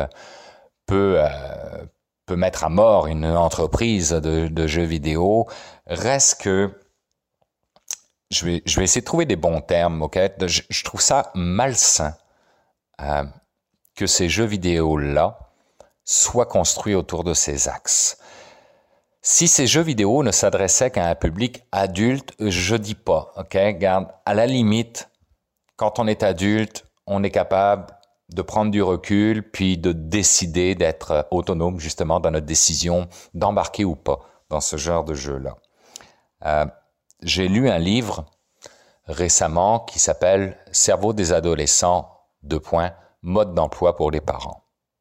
mettre à mort une entreprise de jeux vidéo. Reste que je vais essayer de trouver des bons termes, ok? Je trouve ça malsain que ces jeux vidéo-là soient construits autour de ces axes. Si ces jeux vidéo ne s'adressaient qu'à un public adulte, je dis pas, ok? Regarde, à la limite, quand on est adulte, on est capable de prendre du recul, puis de décider d'être autonome justement dans notre décision d'embarquer ou pas dans ce genre de jeu-là. J'ai lu un livre récemment qui s'appelle « Cerveau des adolescents, mode d'emploi pour les parents ».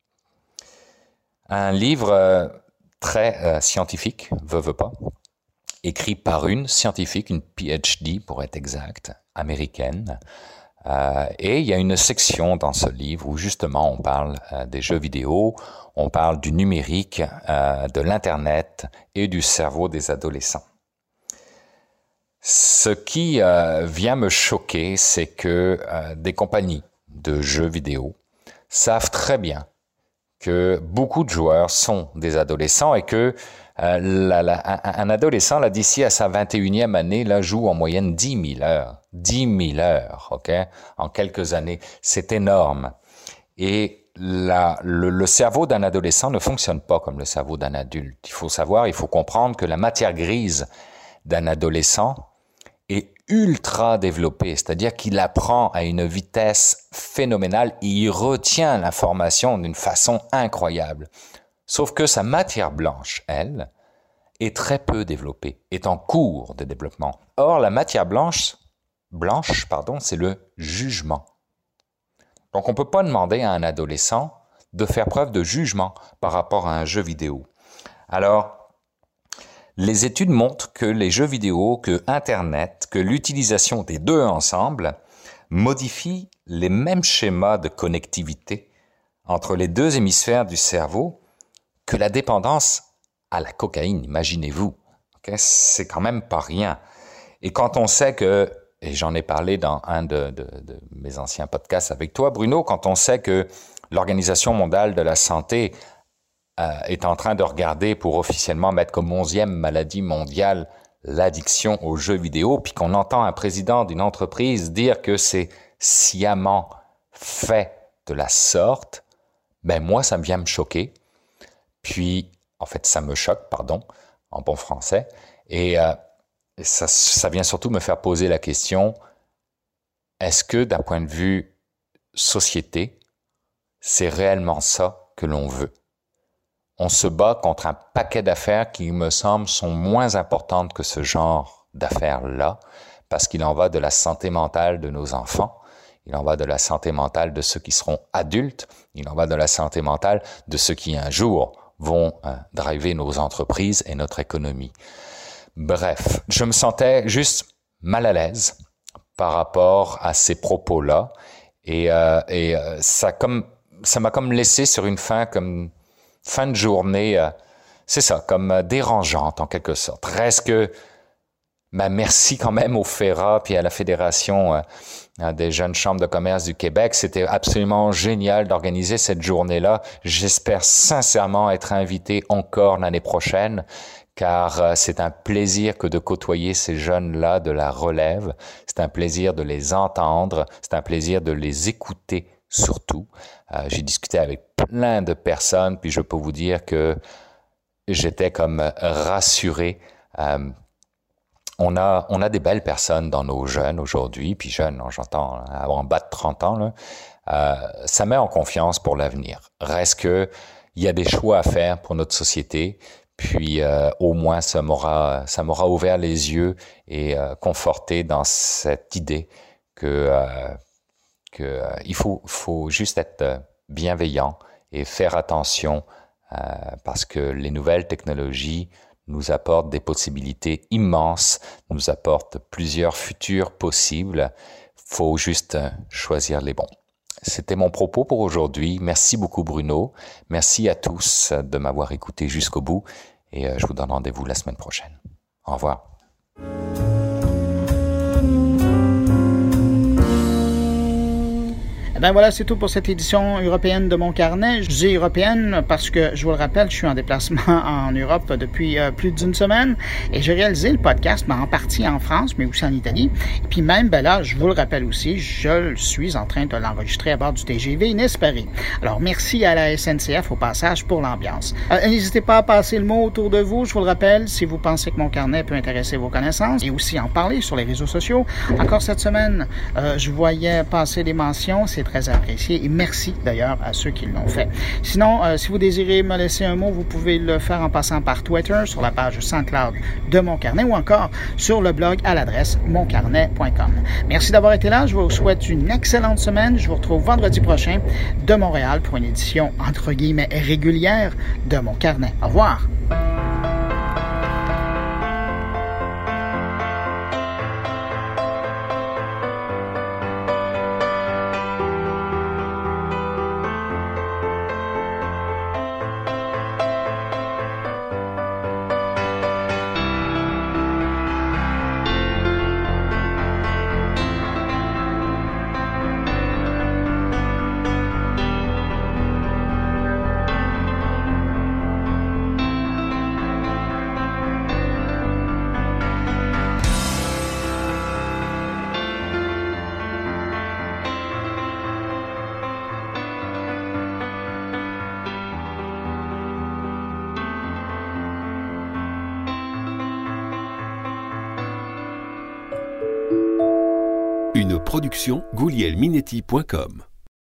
Un livre très scientifique, veut pas, écrit par une scientifique, une PhD pour être exact, américaine. Et il y a une section dans ce livre où justement on parle des jeux vidéo, on parle du numérique, de l'Internet et du cerveau des adolescents. Ce qui vient me choquer, c'est que des compagnies de jeux vidéo savent très bien que beaucoup de joueurs sont des adolescents et que un adolescent, là, d'ici à sa 21e année, là, joue en moyenne 10 000 heures. 10 000 heures, ok? En quelques années. C'est énorme. Et le cerveau d'un adolescent ne fonctionne pas comme le cerveau d'un adulte. Il faut comprendre que la matière grise d'un adolescent est ultra développée, c'est-à-dire qu'il apprend à une vitesse phénoménale et il retient l'information d'une façon incroyable. Sauf que sa matière blanche, elle, est très peu développée, est en cours de développement. Or, la matière blanche, c'est le jugement. Donc, on ne peut pas demander à un adolescent de faire preuve de jugement par rapport à un jeu vidéo. Alors, les études montrent que les jeux vidéo, que Internet, que l'utilisation des deux ensemble modifient les mêmes schémas de connectivité entre les deux hémisphères du cerveau que la dépendance à la cocaïne, imaginez-vous. Okay? C'est quand même pas rien. Et quand on sait que, et j'en ai parlé dans un de mes anciens podcasts avec toi, Bruno, quand on sait que l'Organisation mondiale de la santé est en train de regarder pour officiellement mettre comme 11e maladie mondiale l'addiction aux jeux vidéo, puis qu'on entend un président d'une entreprise dire que c'est sciemment fait de la sorte, ben moi, ça vient me choquer. Puis, en fait, ça me choque, en bon français. Et ça vient surtout me faire poser la question, est-ce que d'un point de vue société, c'est réellement ça que l'on veut? On se bat contre un paquet d'affaires qui, me semble, sont moins importantes que ce genre d'affaires-là, parce qu'il en va de la santé mentale de nos enfants, il en va de la santé mentale de ceux qui seront adultes, il en va de la santé mentale de ceux qui, un jour, vont driver nos entreprises et notre économie. Bref, je me sentais juste mal à l'aise par rapport à ces propos-là, et ça m'a comme laissé sur une fin de journée, c'est ça, comme dérangeante en quelque sorte. Reste que, merci quand même au FERA puis à la Fédération des jeunes chambres de commerce du Québec. C'était absolument génial d'organiser cette journée-là. J'espère sincèrement être invité encore l'année prochaine, car c'est un plaisir que de côtoyer ces jeunes-là de la relève. C'est un plaisir de les entendre, c'est un plaisir de les écouter surtout. J'ai discuté avec plein de personnes, puis je peux vous dire que j'étais comme rassuré. On a des belles personnes dans nos jeunes aujourd'hui, puis jeunes, j'entends en bas de 30 ans, ça met en confiance pour l'avenir. Reste que il y a des choix à faire pour notre société. Puis au moins ça m'aura ouvert les yeux et conforté dans cette idée que il faut juste être bienveillant et faire attention parce que les nouvelles technologies nous apportent des possibilités immenses, nous apportent plusieurs futurs possibles. Faut juste choisir les bons. C'était mon propos pour aujourd'hui. Merci beaucoup Bruno. Merci à tous de m'avoir écouté jusqu'au bout et je vous donne rendez-vous la semaine prochaine. Au revoir. Ben voilà, c'est tout pour cette édition européenne de mon carnet. Je dis européenne parce que, je vous le rappelle, je suis en déplacement en Europe depuis plus d'une semaine et j'ai réalisé le podcast en partie en France, mais aussi en Italie. Et puis même, ben là, je vous le rappelle aussi, je suis en train de l'enregistrer à bord du TGV Nice-Paris. Alors, merci à la SNCF au passage pour l'ambiance. N'hésitez pas à passer le mot autour de vous, je vous le rappelle, si vous pensez que mon carnet peut intéresser vos connaissances et aussi en parler sur les réseaux sociaux. Encore cette semaine, je voyais passer des mentions, c'est très apprécié et merci d'ailleurs à ceux qui l'ont fait. Sinon, si vous désirez me laisser un mot, vous pouvez le faire en passant par Twitter, sur la page SoundCloud de Mon Carnet ou encore sur le blog à l'adresse moncarnet.com. Merci d'avoir été là. Je vous souhaite une excellente semaine. Je vous retrouve vendredi prochain de Montréal pour une édition entre guillemets régulière de Mon Carnet. Au revoir. Une production GuglielMinetti.com